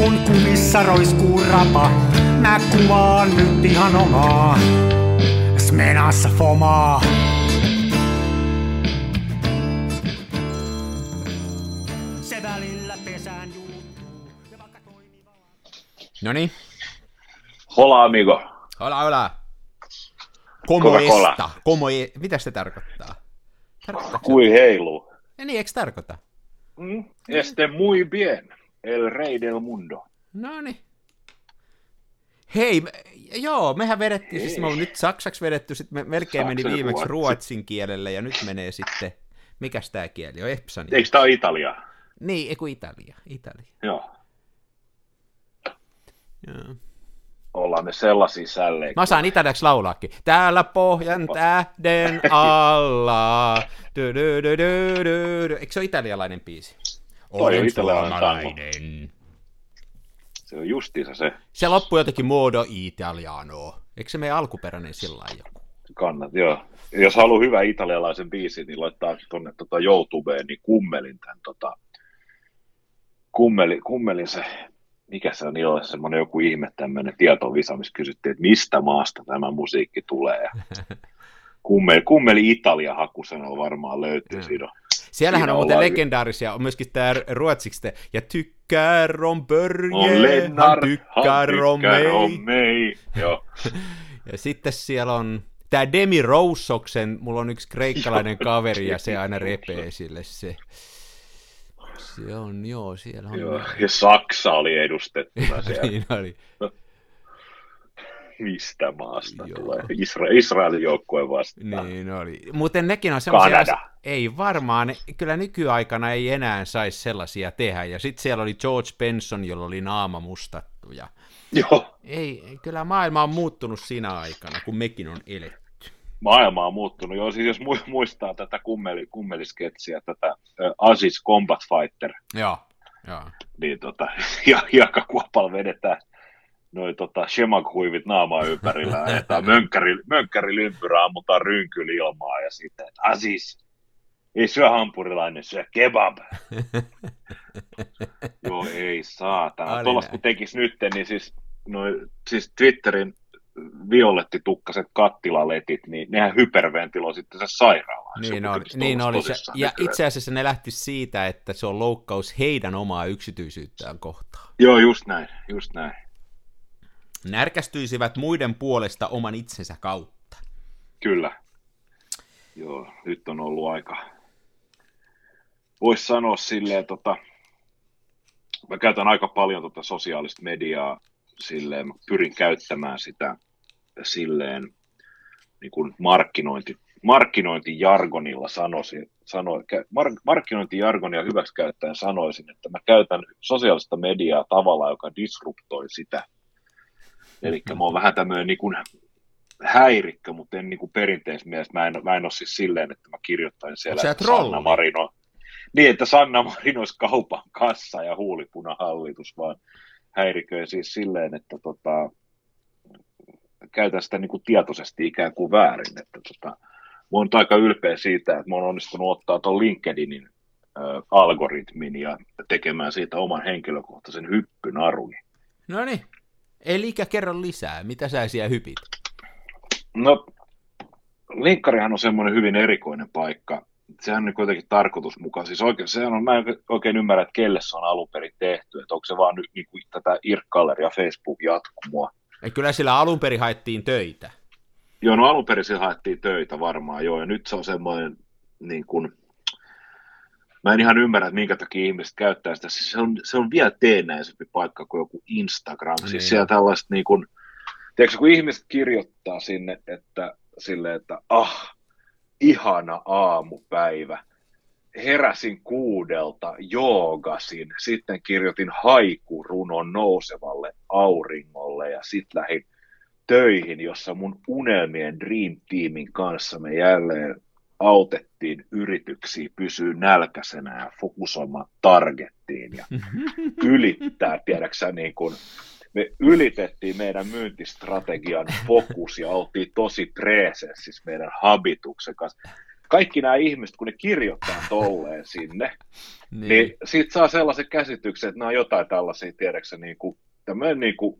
mun kumissa roiskuu rapa. Mä kuvaan nyt ihan omaa Smenassa fomaa. Se välillä pesään juuttuu. Noniin. Hola amigo. Hola. Como esta? Mitä se tarkoittaa? Kui heiluu. Niin, eikö tarkoita? Este muy bien. El rey del mundo. Noniin. Hei, joo, mehän vedettiin, siis me on nyt saksaksi vedetty, sitten me melkein meni viimeksi ruotsin kielelle, ja nyt menee sitten, mikäs tää kieli on, Epsani. Eikö tää ole Italia? Niin, eiku Italia. Joo. Joo. Ollaan me sellaisia sälleitä. Mä osaan italiaksi laulaakin. Täällä pohjan tähden alla. Eikö se ole italialainen biisi? Olen suomalainen. Se on justiinsa se. Se loppui jotenkin modo italiano. Eikö se meidän alkuperäinen sillä lailla joku? Kannat, joo. Jos haluaa hyvä italialaisen biisin, niin laittaa tuonne YouTubeen, niin kummelin tämän kummelin se, mikä se on niillä, semmoinen joku ihme tämmöinen tietovisa, missä kysyttiin, että mistä maasta tämä musiikki tulee. Kummeli Italia hakusanalla varmaan löytyy siinä. Siellähän on muuten legendaarisia, on myöskin tämä ruotsiksi, ja tykkär om Börje, han tykkär om mig. Joo. Ja sitten siellä on tämä Demi Roussoksen, mulla on yksi kreikkalainen kaveri, ja se aina repee sille se. Se on, joo, siellä on. Joo, ja Saksa oli edustettuna siellä. Niin oli. Mistä maasta tulee? Israelin joukkueen vastaan. Niin oli. Muuten nekin on semmoisia, ei varmaan, kyllä nykyaikana ei enää saisi sellaisia tehdä. Ja sitten siellä oli George Benson, jolla oli naama mustattu. Ja joo. Ei, kyllä maailma on muuttunut siinä aikana, kun mekin on eletty. Maailma on muuttunut. Joo, siis jos muistaa tätä kummelisketsiä, tätä Aziz Combat Fighter. Joo. Niin Hiekkakuopalla vedetään noin shemakhuivit naamaa ympärillä, ajetaan mönkkäriympyrää, ammutaan rynkyl ilmaa ja sitten, että Aziz, ei syö hampurilainen, syö kebab. Joo, ei saatana. Tuollaista kun tekisi nyt, niin siis Twitterin violettitukkaset kattilaletit, niin nehän hyperventiloi sitten se sairaalaan. Niin oli se. Ja itse asiassa ne lähti siitä, että se on loukkaus heidän omaa yksityisyyttään kohtaan. Joo, just näin. Närkästyisivät muiden puolesta oman itsensä kautta. Kyllä. Joo, nyt on ollut aika. Voisi sanoa silleen, mä käytän aika paljon sosiaalista mediaa silleen, mä pyrin käyttämään sitä silleen niin kuin markkinointijargonilla markkinointijargonia hyväksi käyttäen sanoisin, että mä käytän sosiaalista mediaa tavalla, joka disruptoi sitä. Eli mä oon vähän tämmöinen niin kuin häirikkö, mutta en niin kuin perinteisessä mielessä. Mä en ole siis silleen, että mä kirjoittaisin siellä Sanna Marino. Niin, että Sanna Marino olisi kaupan kassa ja huulipunahallitus, vaan häiriköin siis silleen, että käytän sitä niin kuin tietoisesti ikään kuin väärin. Että mä oon aika ylpeä siitä, että mä oon onnistunut ottaa tuon LinkedInin algoritmin ja tekemään siitä oman henkilökohtaisen hyppynaruni. No niin. Eli kerro lisää, mitä sä siellä hypit? No, linkkarihan on semmoinen hyvin erikoinen paikka. Sehän on kuitenkin tarkoitusmukaan. Siis mä en oikein ymmärrä, että kelle se on alun perin tehty. Että onko se vaan nyt niin kuin tätä IRC-galleria Facebook-jatkumoa. Kyllä sillä alun perin haettiin töitä. Joo, no alun perin sillä haettiin töitä varmaan, joo. Ja nyt se on semmoinen, niin kuin, mä en ihan ymmärrä, että minkä takia ihmiset käyttää sitä. Siis se on vielä teennäisempi paikka kuin joku Instagram. Siis niin. Siellä tällaiset, niin kuin, tiedätkö, kun ihmiset kirjoittaa sinne, että silleen, että ihana aamupäivä. Heräsin 6, joogasin, sitten kirjoitin haikurunon nousevalle auringolle ja sitten lähdin töihin, jossa mun unelmien Dream Teamin kanssa me jälleen autettiin yrityksiä pysyä nälkäisenä ja fokusoimaan targettiin ja ylittää, tiedäksä, niin kun me ylitettiin meidän myyntistrategian fokus ja oltiin tosi presenssissä meidän habituksen kanssa. kaikki nämä ihmiset, kun ne kirjoittaa tolleen sinne, niin siitä saa sellaisen käsityksen, että nämä on jotain tällaisia, tiedäksä, niin kuin, tämmöinen niin kuin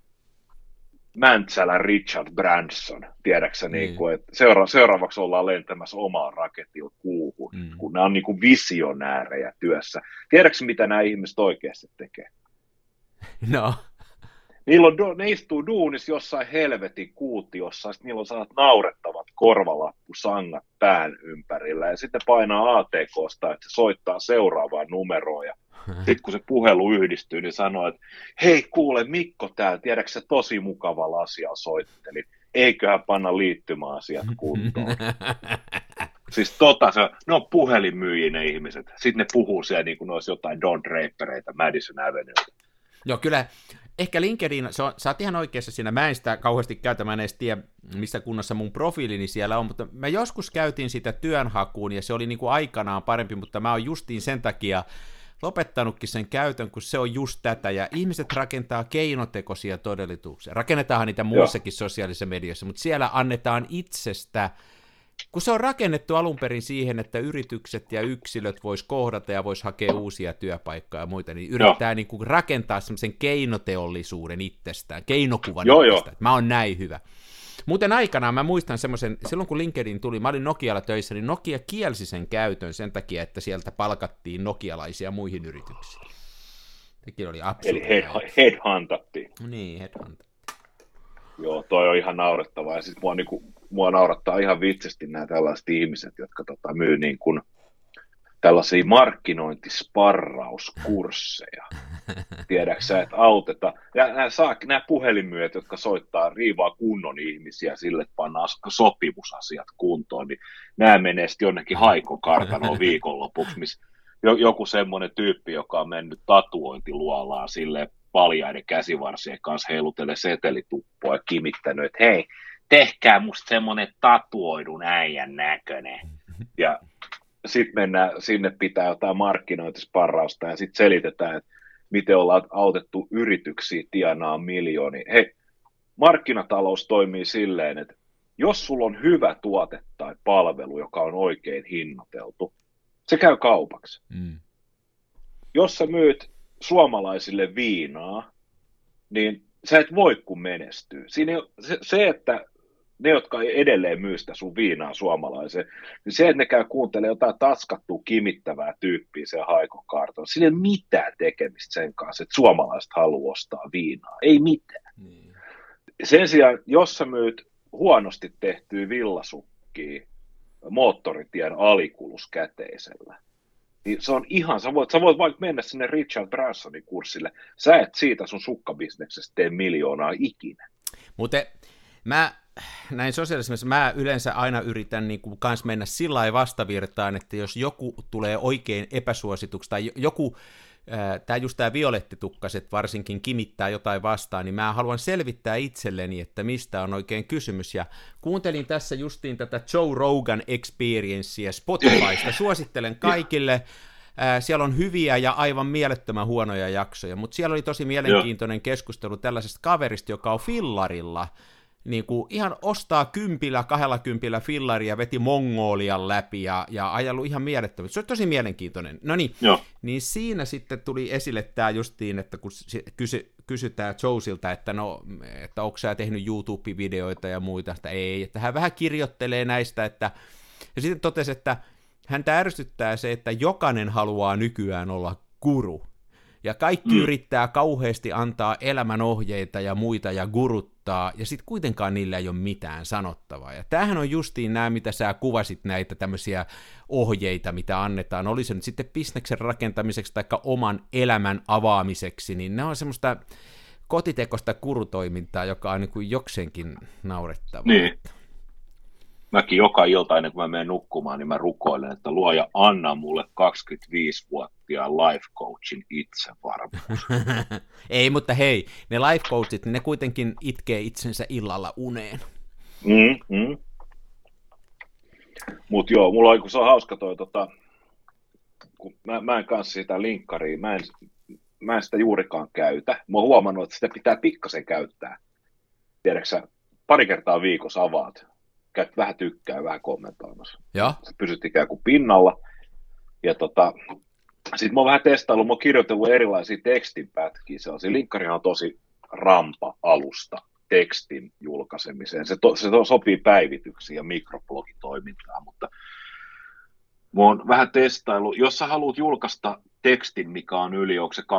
Mäntsälän Richard Branson, tiedäksä, niin kuin, että seuraavaksi ollaan lentämässä omaa raketilla kuuhun, kun nämä on niin kuin visionäärejä työssä. Tiedätkö, mitä nämä ihmiset oikeasti tekee? No. Ne istuu duunissa jossain helvetin kuutiossa, sitten niillä on sellaiset naurettavat korvalappusangat pään ympärillä, ja sitten painaa ATKsta, että se soittaa seuraavaan numeroon, ja sitten kun se puhelu yhdistyy, niin sanoo, että hei kuule Mikko täällä, tiedätkö se tosi mukavalla asialla soitteli, eiköhän panna liittymäasiat kuntoon. Siis ne on puhelinmyyjiä ne ihmiset, sitten ne puhuu siellä niin kuin ne olisi jotain Don Drapereita Madison Avenuelta. Joo, kyllä. Ehkä LinkedIn, sä oot ihan oikeassa siinä, mä en sitä kauheasti käytä, mä en edes tiedä, missä kunnossa mun profiilini siellä on, mutta mä joskus käytin sitä työnhakuun, ja se oli niinku aikanaan parempi, mutta mä oon justiin sen takia lopettanutkin sen käytön, kun se on just tätä, ja ihmiset rakentaa keinotekoisia todellisuuksia. Rakennetaanhan niitä muussakin sosiaalisessa mediassa, mutta siellä annetaan itsestä, kun se on rakennettu alun perin siihen, että yritykset ja yksilöt vois kohdata ja vois hakea uusia työpaikkoja ja muita, niin yrittää niin kuin rakentaa semmoisen keinoteollisuuden itsestään, keinokuvan itsestään, että mä oon näin hyvä. Muuten aikanaan mä muistan semmoisen, silloin kun LinkedIn tuli, mä olin Nokialla töissä, niin Nokia kielsi sen käytön sen takia, että sieltä palkattiin nokialaisia muihin yrityksiin. Sekin oli absurdi. Eli headhuntattiin. Niin, headhuntattiin. Joo, toi on ihan naurettavaa. Ja siis mua naurattaa ihan vitsesti nämä tällaiset ihmiset, jotka myy niin kuin tällaisia markkinointisparrauskursseja. Tiedätkö sä, että auteta. Ja nämä puhelinmyyjät, jotka soittaa riivaa kunnon ihmisiä sille, että pannaan sopimusasiat kuntoon, niin nämä menee sitten jonnekin Haikon-kartanoon viikonlopuksi, missä joku semmoinen tyyppi, joka on mennyt tatuointiluolaan silleen paljaiden käsivarsien kanssa heilutelle setelituppoa ja kimittänyt, että hei, tehkää musta semmoinen tatuoidun äijän näköinen. Ja sitten mennään, sinne pitää jotain markkinointisparrausta ja sitten selitetään, että miten ollaan autettu yrityksiä tienaa miljoonia. Hei, markkinatalous toimii silleen, että jos sulla on hyvä tuote tai palvelu, joka on oikein hinnoiteltu, se käy kaupaksi. Jos sä myyt suomalaisille viinaa, niin sä et voi kun menestyä. Siinä se, että ne, jotka edelleen myy sitä sun viinaa suomalaiseen, niin se, että ne käy kuuntelemaan jotain taskattua kimittävää tyyppiä siellä Haikon-kartalla, sillä ei ole mitään tekemistä sen kanssa, että suomalaiset haluaa ostaa viinaa. Ei mitään. Sen sijaan, jos sä myyt huonosti tehtyä villasukkia moottoritien alikulus-käteisellä, niin se on ihan, sä voit vaikka mennä sinne Richard Bransonin kurssille, sä et siitä sun sukkabisneksestä tee miljoonaa ikinä. Mutta mä näin sosiaalisessa mä yleensä aina yritän niin kuin kans mennä sillä lailla vastavirtaan, että jos joku tulee oikein epäsuosituksi tai joku, tämä violettitukkaset varsinkin kimittää jotain vastaan, niin mä haluan selvittää itselleni, että mistä on oikein kysymys, ja kuuntelin tässä justiin tätä Joe Rogan Experiencea Spotifysta, suosittelen kaikille, siellä on hyviä ja aivan mielettömän huonoja jaksoja, mutta siellä oli tosi mielenkiintoinen keskustelu tällaisesta kaverista, joka on fillarilla, niin kuin ihan ostaa 20 fillaria, veti Mongolian läpi ja ajellut ihan mielettömästi. Se on tosi mielenkiintoinen. No niin siinä sitten tuli esille tämä justiin, että kun kysytään Joesilta, että onko sä tehnyt YouTube-videoita ja muita, että ei, että hän vähän kirjoittelee näistä, ja sitten totesi, että häntä ärsyttää se, että jokainen haluaa nykyään olla guru. Ja kaikki yrittää kauheasti antaa elämänohjeita ja muita ja guruttaa, ja sitten kuitenkaan niillä ei ole mitään sanottavaa. Ja tämähän on justiin nämä, mitä sä kuvasit, näitä tämmöisiä ohjeita, mitä annetaan, oli se nyt sitten bisneksen rakentamiseksi tai oman elämän avaamiseksi, niin ne on semmoista kotitekosta gurutoimintaa, joka on niin kuin jokseenkin naurettavaa. Niin. Mäkin joka ilta ennen kuin mä menen nukkumaan, niin mä rukoilen, että luoja anna mulle 25-vuotiaan life coachin itsevarmuus. Ei, mutta hei, ne life coachit, ne kuitenkin itkee itsensä illalla uneen. Mutta joo, mulla on, kun se on hauska toi, kun mä en kanssa sitä linkkaria, mä en sitä juurikaan käytä. Mä oon huomannut, että sitä pitää pikkasen käyttää. Tiedätkö sä, pari kertaa viikossa avaat käyt vähän tykkää, vähän kommentoimassa. Ja? Sä pysyt ikään kuin pinnalla. Ja sitten mä oon vähän testaillut, mä oon kirjoitellut erilaisia tekstinpätkiä. Linkkarihan on tosi rampa alusta tekstin julkaisemiseen. Se sopii päivityksiin ja mikroblogitoimintaan, mutta mä oon vähän testaillut. Jos sä haluat julkaista tekstin, mikä on yli, onko se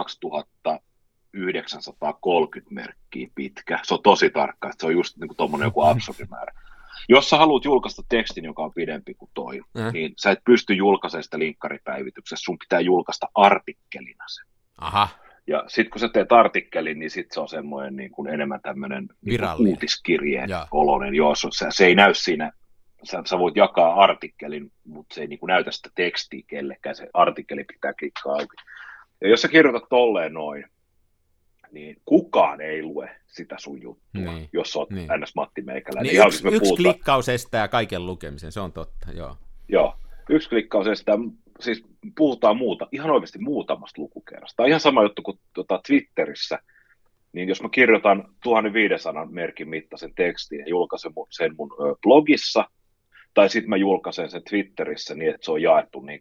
2930 merkkiä pitkä, se on tosi tarkka, että se on just niin kuin tommonen joku absurdimäärä. Jos sä haluat julkaista tekstin, joka on pidempi kuin toi, niin sä et pysty julkaisemaan sitä linkkaripäivityksessä, sun pitää julkaista artikkelina se. Aha. Ja sitten kun sä teet artikkelin, niin sitten se on semmoinen niin kuin enemmän tämmöinen niin uutiskirjeen oloinen. Joo, se ei näy siinä, sä voit jakaa artikkelin, mutta se ei niin kuin näytä sitä tekstiä kellekään, se artikkeli pitää klikkaa auki. Ja jos sä kirjoitat tolleen noin, niin kukaan ei lue sitä sun juttua, jos oot ns. Matti Meikäläinen. Niin yksi klikkaus estää kaiken lukemisen, se on totta, joo. Joo, yksi klikkaus estää, siis puhutaan ihan oikeasti muutamasta lukukerrasta. Ihan sama juttu kuin Twitterissä, niin jos mä kirjoitan 1500 merkin mittaisen tekstin ja julkaisen sen mun blogissa, tai sitten mä julkaisen sen Twitterissä niin, että se on jaettu niin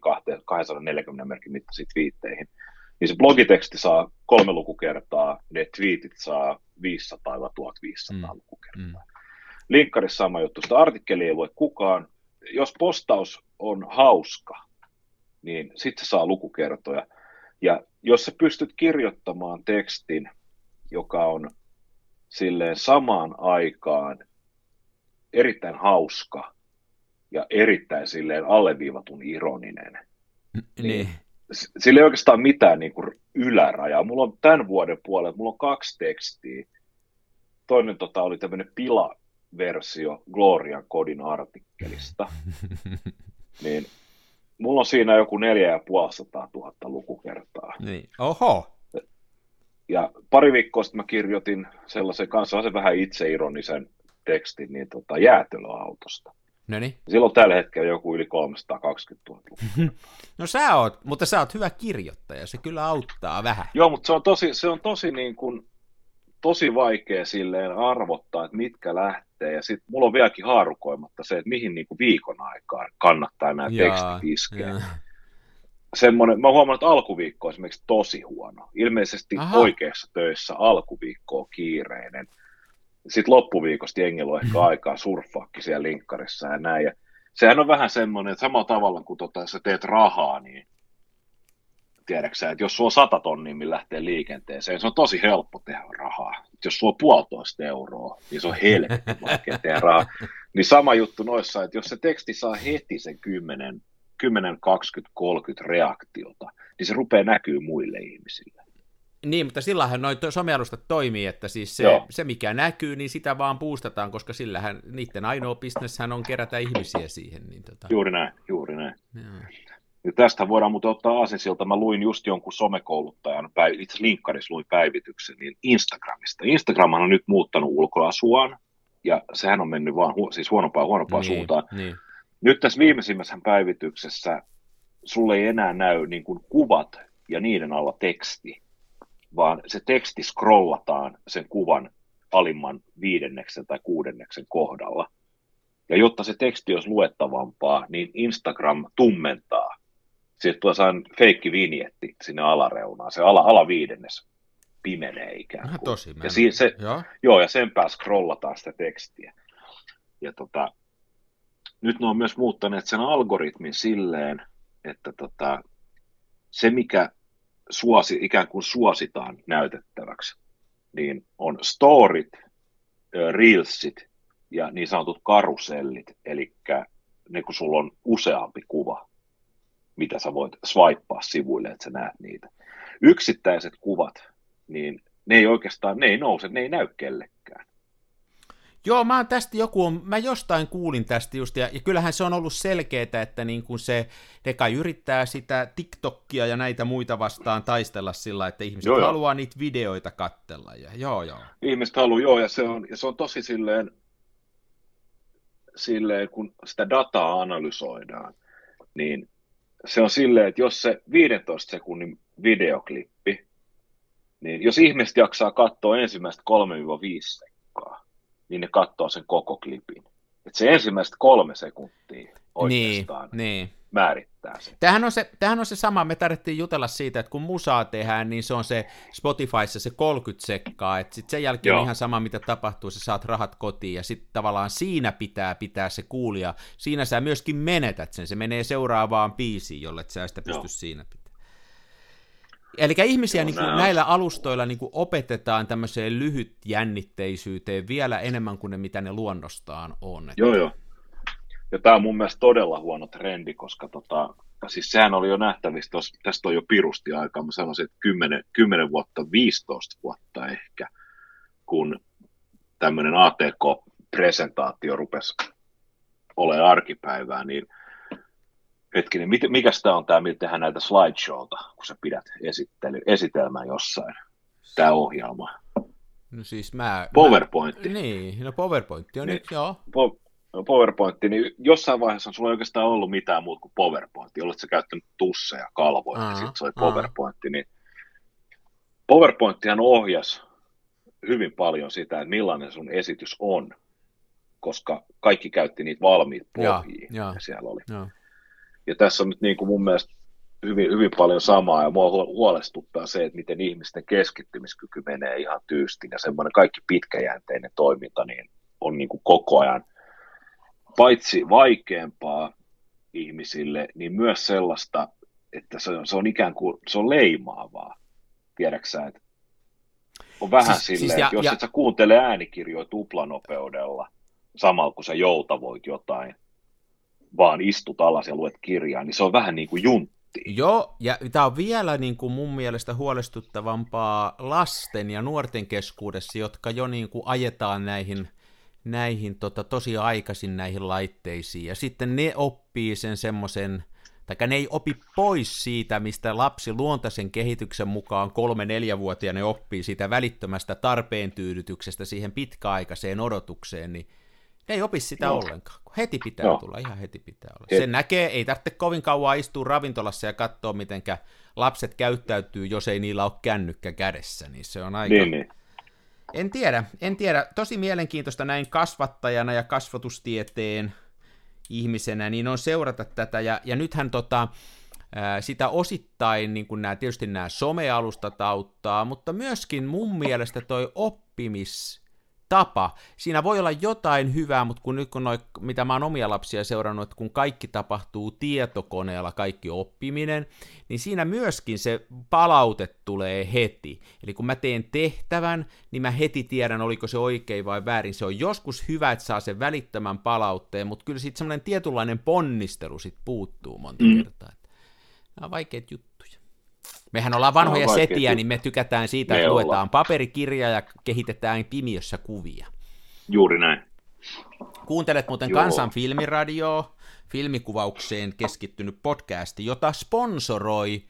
240 merkin mittaisiin twiitteihin, niin se blogiteksti saa 3 lukukertaa, ne tweetit saa 500 vai 1500 lukukertaa. Linkkarissa sama juttu, sitä artikkelia ei lue kukaan. Jos postaus on hauska, niin sitten se saa lukukertoja. Ja jos sä pystyt kirjoittamaan tekstin, joka on silleen samaan aikaan erittäin hauska ja erittäin silleen alleviivatun ironinen, niin sillä ei oikeastaan mitään niin kuin ylärajaa. Mulla on tämän vuoden puolella, mulla on 2 tekstiä. Toinen oli tämmöinen pilaversio Glorian kodin artikkelista. Niin mulla on siinä joku 450 000 lukukertaa. Niin. Oho! Ja pari viikkoa sitten mä kirjoitin sellaisen kanssa se vähän itseironisen tekstin niin jäätelöautosta. Noniin. Silloin tällä hetkellä joku yli 320 000 lukukertaa. No mutta sä oot hyvä kirjoittaja, se kyllä auttaa vähän. Joo, mutta se on tosi niin kuin tosi vaikea silleen arvottaa, että mitkä lähtee, ja sitten mulla on vieläkin haarukoimatta se, että mihin niinku viikon aikaan kannattaa nämä tekstit iskeä. Semmoinen, mä huomaan, että alkuviikko on esimerkiksi tosi huono. Ilmeisesti oikeassa töissä alkuviikko on kiireinen. Sitten loppuviikosta jengillä on ehkä aikaa surffaakin siellä linkkarissa ja näin. Ja sehän on vähän semmoinen, että samalla tavalla kun sä teet rahaa, niin tiedätkö sä, että jos sulla on 100 tonnia, millä lähtee liikenteeseen, se on tosi helppo tehdä rahaa. Jos sulla on 1,5 euroa, niin se on helvetti vaikea tehdä rahaa. Niin sama juttu noissa, että jos se teksti saa heti sen 10, 20, 30 reaktiota, niin se rupeaa näkyy muille ihmisille. Niin, mutta sillähän noi somealustat toimii, että siis se mikä näkyy, niin sitä vaan boostataan, koska sillähän niiden ainoa bisneshän on kerätä ihmisiä siihen. Niin Juuri näin. Ja tästä voidaan muuten ottaa aasinsilta. Mä luin just jonkun somekouluttajan, itse linkkarissa luin päivityksen, niin Instagramista. Instagram on nyt muuttanut ulkoasuaan, ja sehän on mennyt vaan siis huonompaan suuntaan. Niin. Nyt tässä viimeisimmässä päivityksessä sulle ei enää näy niin kuin kuvat ja niiden alla teksti, vaan se teksti scrollataan sen kuvan alimman 5. tai 6. kohdalla. Ja jotta se teksti olisi luettavampaa, niin Instagram tummentaa. Sitten tuo feikki vinjetti sinne alareunaan. Se alaviidennes pimenee ikään kuin. Tosi ja sen päässä scrollataan sitä tekstiä. Ja nyt ne on myös muuttaneet sen algoritmin silleen, että se mikä ikään kuin suositaan näytettäväksi, niin on storit, reelsit ja niin sanotut karusellit, eli ne kun sulla on useampi kuva, mitä sä voit swipea sivuille, että sä näet niitä. Yksittäiset kuvat, niin ne ei nouse, ne ei näy kellekään. Joo, mä jostain kuulin tästä just, ja kyllähän se on ollut selkeää, että niin kuin ne kai yrittää sitä TikTokia ja näitä muita vastaan taistella sillä, että ihmiset haluaa niitä videoita katsella. Ja, joo. Ihmiset haluaa, ja se on tosi silleen, kun sitä dataa analysoidaan, niin se on silleen, että jos se 15 sekunnin videoklippi, niin jos ihmiset jaksaa katsoa ensimmäistä 3-5 sekkaa, niin ne katsoo sen koko klipin. Että se ensimmäiset 3 sekuntia oikeastaan niin. määrittää sen. Tämähän on se sama, me tarvittiin jutella siitä, että kun musaa tehdään, niin se on se Spotifyssa se 30 sekkaa, että sitten sen jälkeen on ihan sama, mitä tapahtuu, sä saat rahat kotiin, ja sitten tavallaan siinä pitää se kuulija, siinä sä myöskin menetät sen, se menee seuraavaan biisiin, jolle sä sitä pysty siinä pitämään. Eli ihmisiä niin kuin näillä alustoilla niin kuin opetetaan tämmöiseen lyhytjännitteisyyteen vielä enemmän kuin ne, mitä ne luonnostaan on. Joo. Ja tämä on mun mielestä todella huono trendi, koska siis sehän oli jo nähtävissä, tästä on jo pirusti aikaa, mä sanoisin, että 10 vuotta, 15 vuotta ehkä, kun tämmöinen ATK-presentaatio rupesi olemaan arkipäivää, niin hetkinen, mikäs tämä on tämä, millä tehdään näitä slideshowta, kun sä pidät esitelmän jossain, tämä ohjelma? No siis PowerPoint. Niin, no PowerPoint on niin, nyt, joo. PowerPoint, niin jossain vaiheessa sulla ei oikeastaan ollut mitään muuta kuin PowerPoint. Olet sä käyttänyt tusseja ja kalvoja, niin sitten se oli PowerPoint. Niin PowerPointtihan ohjasi hyvin paljon sitä, että millainen sun esitys on, koska kaikki käytti niitä valmiita pohjia, mitä siellä oli. Ja tässä on nyt niin kuin mun mielestä hyvin, hyvin paljon samaa, ja mua huolestuttaa se, että miten ihmisten keskittymiskyky menee ihan tyystin, ja semmoinen kaikki pitkäjänteinen toiminta niin on niin kuin koko ajan paitsi vaikeampaa ihmisille, niin myös sellaista, että se on ikään kuin se on leimaavaa. Tiedätkö sä, että on vähän silleen, että jos et sä kuuntele äänikirjoja tuplanopeudella, samalla kun sä joutavoit jotain, vaan istut alas ja luet kirjaa, niin se on vähän niin kuin juntti. Joo, ja tämä on vielä niin kuin mun mielestä huolestuttavampaa lasten ja nuorten keskuudessa, jotka jo niin kuin ajetaan näihin tosi aikaisin näihin laitteisiin, ja sitten ne oppii sen semmoisen, tai ne ei opi pois siitä, mistä lapsi luontaisen kehityksen mukaan 3-4-vuotiaana ne oppii siitä välittömästä tarpeen tyydytyksestä siihen pitkäaikaiseen odotukseen, niin ne ei opi sitä ollenkaan, kun heti pitää tulla, ihan heti pitää olla. Sen näkee, ei tarvitse kovin kauan istua ravintolassa ja katsoa, mitenkä lapset käyttäytyy, jos ei niillä ole kännykkä kädessä, niin se on aika... Niin. En tiedä. Tosi mielenkiintoista näin kasvattajana ja kasvatustieteen ihmisenä, niin on seurata tätä, ja nythän sitä osittain, niin kuin tietysti nämä somealustat auttaa, mutta myöskin mun mielestä toi oppimistapa, siinä voi olla jotain hyvää, mutta kun nyt mitä mä oon omia lapsia seurannut, että kun kaikki tapahtuu tietokoneella, kaikki oppiminen, niin siinä myöskin se palaute tulee heti. Eli kun mä teen tehtävän, niin mä heti tiedän, oliko se oikein vai väärin. Se on joskus hyvä, että saa sen välittömän palautteen, mutta kyllä sitten semmoinen tietynlainen ponnistelu sit puuttuu monta kertaa. Nämä on vaikeita juttuja. Mehän ollaan vanhoja setiä, niin me tykätään siitä, että luetaan paperikirja ja kehitetään pimiössä kuvia. Juuri näin. Kuuntelet muuten Kansan filmiradioa, filmikuvaukseen keskittynyt podcasti, jota sponsoroi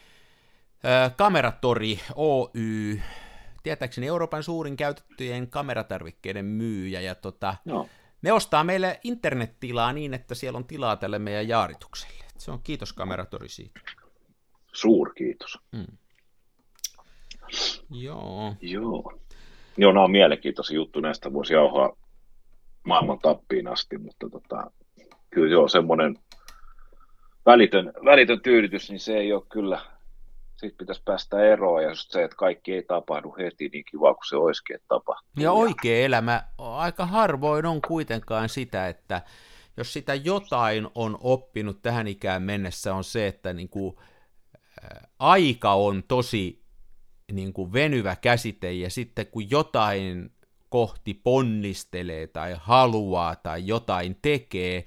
Kameratori Oy, tietääkseni Euroopan suurin käytettyjen kameratarvikkeiden myyjä, ja ne ostaa meille internettilaa niin, että siellä on tilaa tälle meidän jaaritukselle. Se on kiitos Kameratori siitä. Suurkiitos. Joo, nämä on mielenkiintoisia juttu, näistä voisi jauhaa maailman tappiin asti, mutta kyllä semmoinen välitön tyydytys, niin se ei ole kyllä, siitä pitäisi päästä eroon, ja just se, että kaikki ei tapahdu heti, niin kiva kuin se olisikin, että tapahtuu. Ja oikea elämä aika harvoin on kuitenkaan sitä, että jos sitä jotain on oppinut tähän ikään mennessä, on se, että niin kuin aika on tosi niin kuin venyvä käsite, ja sitten kun jotain kohti ponnistelee tai haluaa tai jotain tekee,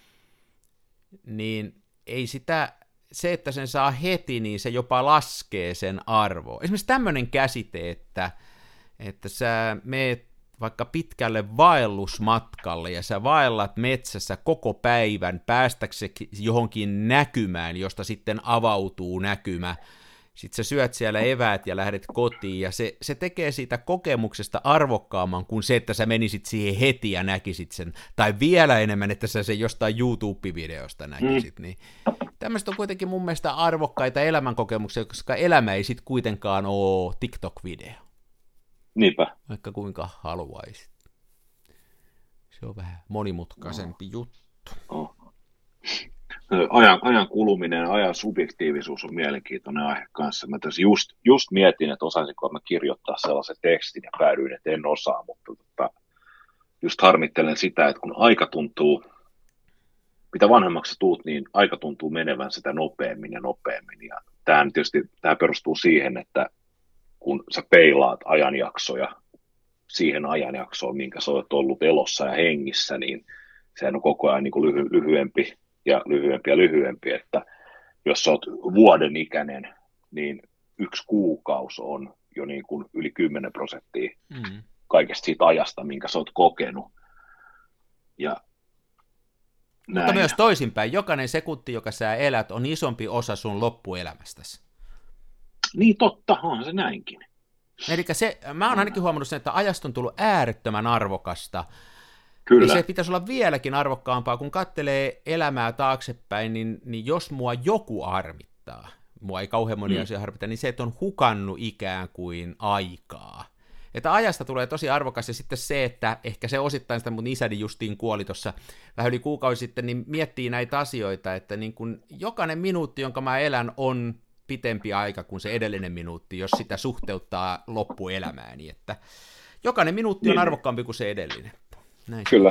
niin ei se, että sen saa heti, niin se jopa laskee sen arvoa. Esimerkiksi tämmöinen käsite, että sä meet vaikka pitkälle vaellusmatkalle, ja sä vaellat metsässä koko päivän päästäksesi johonkin näkymään, josta sitten avautuu näkymä. Sitten sä syöt siellä eväät ja lähdet kotiin, ja se tekee siitä kokemuksesta arvokkaamman kuin se, että sä menisit siihen heti ja näkisit sen, tai vielä enemmän, että sä sen jostain YouTube-videosta näkisit. Niin tämmöistä on kuitenkin mun mielestä arvokkaita elämänkokemuksia, koska elämä ei sitten kuitenkaan ole TikTok-video. Niinpä. Vaikka kuinka haluaisit. Se on vähän monimutkaisempi juttu. No. Ajan kuluminen, ajan subjektiivisuus on mielenkiintoinen aihe kanssa. Mä tässä just mietin, että osaisinko mä kirjoittaa sellaisen tekstin ja päädyin, että en osaa, mutta just harmittelen sitä, että kun aika tuntuu, mitä vanhemmaksi tuut, niin aika tuntuu menevän sitä nopeammin ja nopeammin. Ja tämä perustuu siihen, että kun sä peilaat ajanjaksoja siihen ajanjaksoon, minkä sä olet ollut elossa ja hengissä, niin sehän on koko ajan niin kuin lyhyempi ja lyhyempi ja lyhyempi, että jos sä oot vuoden ikäinen, niin 1 kuukausi on jo niin kuin yli 10% kaikesta siitä ajasta, minkä sä oot kokenut. Ja mutta näin. Myös toisinpäin, jokainen sekunti, joka sä elät, on isompi osa sun loppuelämästäsi. Niin totta, on se näinkin. Eli mä oon ainakin huomannut sen, että ajasta on tullut äärettömän arvokasta. Kyllä. Ja se pitäisi olla vieläkin arvokkaampaa, kun katselee elämää taaksepäin, niin jos mua joku harmittaa, mua ei kauhean moni asia harmittaa, niin se, että on hukannut ikään kuin aikaa. Että ajasta tulee tosi arvokas, ja sitten se, että ehkä se osittain sitä mun isäni justiin kuoli tuossa vähän yli kuukausi sitten, niin miettii näitä asioita, että niin kun jokainen minuutti, jonka mä elän, on pitempi aika kuin se edellinen minuutti, jos sitä suhteuttaa loppuelämääni, että jokainen minuutti on arvokkaampi kuin se edellinen. Näin. Kyllä.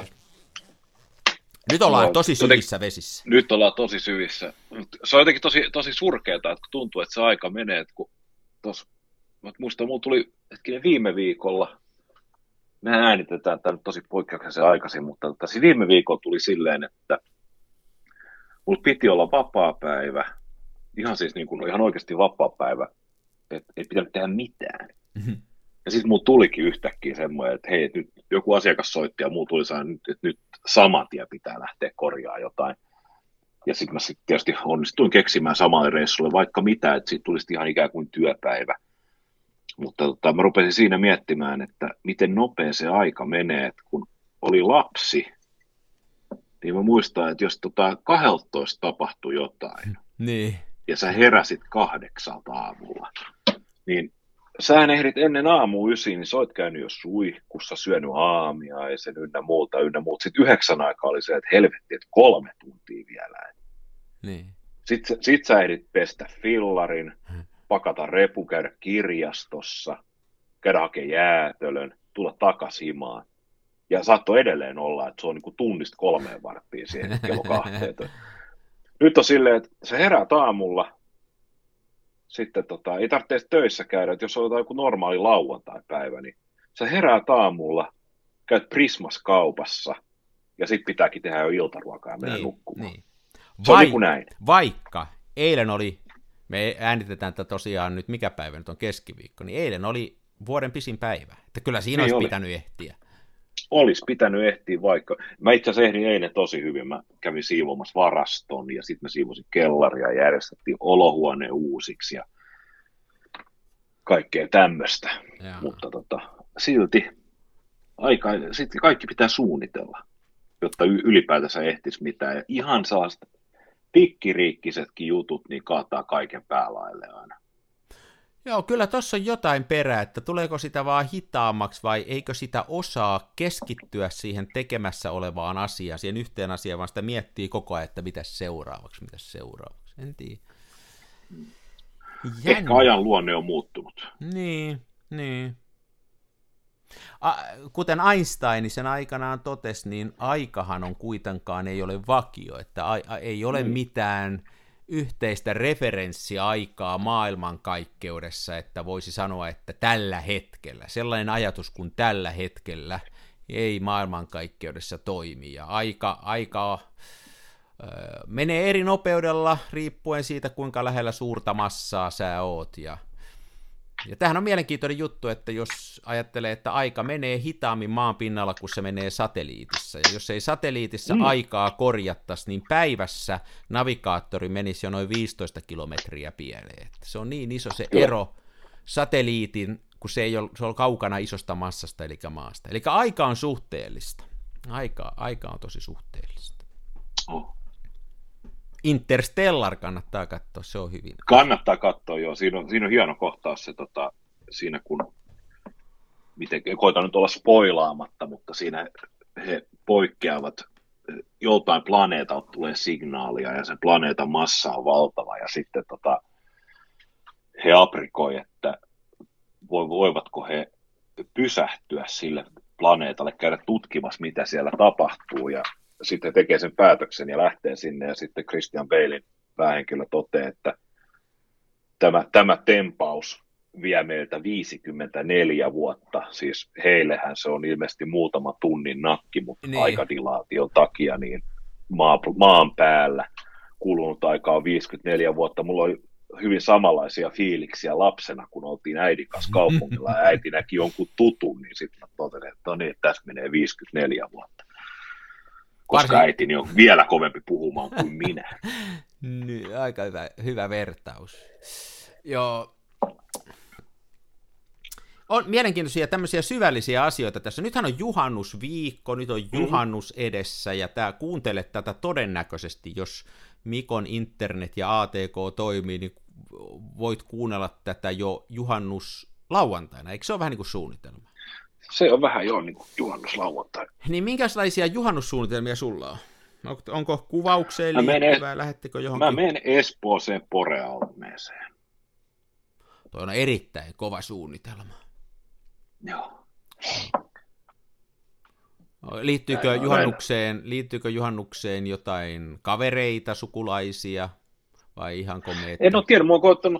Nyt ollaan tosi syvissä vesissä. Nyt ollaan tosi syvissä. Se on jotenkin tosi surkeata, että tuntuu, että se aika menee, että kun mä muistan, mulla tuli viime viikolla, mehän äänitetään tämä nyt tosi poikkeuksellisen aikaisin, mutta viime viikolla tuli silleen, että mulla piti olla vapaapäivä, ihan siis niin kuin, ihan oikeasti vapaapäivä, että ei pitänyt tehdä mitään. Mm-hmm. Ja sitten mulla tulikin yhtäkkiä semmoinen, että hei, nyt joku asiakas soitti ja mulla tuli sellainen, että nyt saman tien pitää lähteä korjaamaan jotain. Ja sitten mä sitten tietysti onnistuin keksimään samalle reissulle vaikka mitä, että siitä tulisi ihan ikään kuin työpäivä. Mutta mä rupesin siinä miettimään, että miten nopea se aika menee, että kun oli lapsi, niin mä muistan, että jos 12 tapahtui jotain, niin. Ja sä heräsit 8 aamulla, niin sähän ehdit ennen aamu 9, niin sä oot käynyt jo suihkussa, syönyt aamiaisen ynnä muuta. Sitten 9 aikaa oli se, että helvetti, että 3 tuntia vielä. Niin. Sitten sä ehdit pestä fillarin, pakata repu, käydä kirjastossa, käydä hakemaan jäätölön, tulla takas himaan. Ja saattoi edelleen olla, että se on niin kuin tunnista 3 varttia siihen kello 12. Nyt on silleen, että sä heräät aamulla, sitten ei tarvitse töissä käydä, että jos on joku normaali lauantai-päivä, niin sä heräät aamulla, käyt Prismas-kaupassa, ja sitten pitääkin tehdä jo iltaruokaa ja mennä nukkumaan. Niin. Se on niin kuin näin. Vaikka eilen oli, me äänitetään tätä tosiaan nyt, mikä päivä nyt on keskiviikko, niin eilen oli vuoden pisin päivä. Että kyllä siinä olisi pitänyt ehtiä. Olisi pitänyt ehtiä vaikka. Mä itse asiassa ehdin eilen tosi hyvin. Mä kävin siivoamassa varaston ja sitten mä siivosin kellaria ja järjestettiin olohuone uusiksi ja kaikkea tämmöistä. Mutta silti sitten kaikki pitää suunnitella, jotta ylipäätänsä ehtisi mitään. Ja ihan sellaista pikkiriikkisetkin jutut niin kaataa kaiken päälaille aina. Joo, kyllä tuossa on jotain perää, että tuleeko sitä vaan hitaammaksi vai eikö sitä osaa keskittyä siihen tekemässä olevaan asiaan, siihen yhteen asiaan, vaan sitä miettii koko ajan, että mitäs seuraavaksi. En tiedä. Ehkä ajan luonne on muuttunut. Niin. Kuten Einstein sen aikanaan totesi, niin aikahan on kuitenkaan ei ole vakio, että ei ole mitään yhteistä referenssiaikaa maailmankaikkeudessa, että voisi sanoa, että tällä hetkellä, sellainen ajatus kuin tällä hetkellä ei maailmankaikkeudessa toimi, ja aika menee eri nopeudella riippuen siitä, kuinka lähellä suurta massaa sä oot, ja tämähän on mielenkiintoinen juttu, että jos ajattelee, että aika menee hitaammin maan pinnalla, kun se menee satelliitissa, ja jos ei satelliitissa aikaa korjattaisi, niin päivässä navigaattori menisi jo noin 15 kilometriä pieleen. Että se on niin iso se ero satelliitin, kun se on kaukana isosta massasta, eli maasta. Eli aika on suhteellista. Aika on tosi suhteellista. Interstellar kannattaa katsoa, se on hyvin. Kannattaa katsoa, joo. Siinä on hieno kohtaus se, siinä kun, koitan nyt olla spoilaamatta, mutta siinä he poikkeavat, joltain planeetalta tulee signaalia ja sen planeetan massa on valtava ja sitten he aprikoi, että voivatko he pysähtyä sille planeetalle, käydä tutkimassa, mitä siellä tapahtuu ja sitten tekee sen päätöksen ja lähtee sinne ja sitten Christian Balein päähenkilö toteaa, että tämä tempaus vie meiltä 54 vuotta, siis heillehän se on ilmeisesti muutama tunnin nakki, mutta niin. Aikadilaation takia niin maan päällä kulunut aika on 54 vuotta. Mulla oli hyvin samanlaisia fiiliksiä lapsena, kun oltiin äidin kanssa kaupungilla ja äiti näki jonkun tutun, niin sitten mä totesin, että no niin, tässä menee 54 vuotta. Koska äitini on vielä kovempi puhumaan kuin minä. Aika hyvä vertaus. Joo. On mielenkiintoisia tämmöisiä syvällisiä asioita tässä. Nythän on juhannusviikko, nyt on juhannus edessä, ja kuuntelet tätä todennäköisesti, jos Mikon internet ja ATK toimii, niin voit kuunnella tätä jo juhannuslauantaina. Eikö se ole vähän niin kuin suunnitelma? Se on vähän jo niin kuin juhannuslauantaina. Niin minkälaisia juhannussuunnitelmia sulla on? Onko kuvaukseen liittyvää, lähettekö johonkin? Mä menen Espooseen Porealmeeseen. Tuo on erittäin kova suunnitelma. Joo. Liittyykö juhannukseen jotain kavereita, sukulaisia vai ihan komeet? En ole tiedä, mä oon koettanut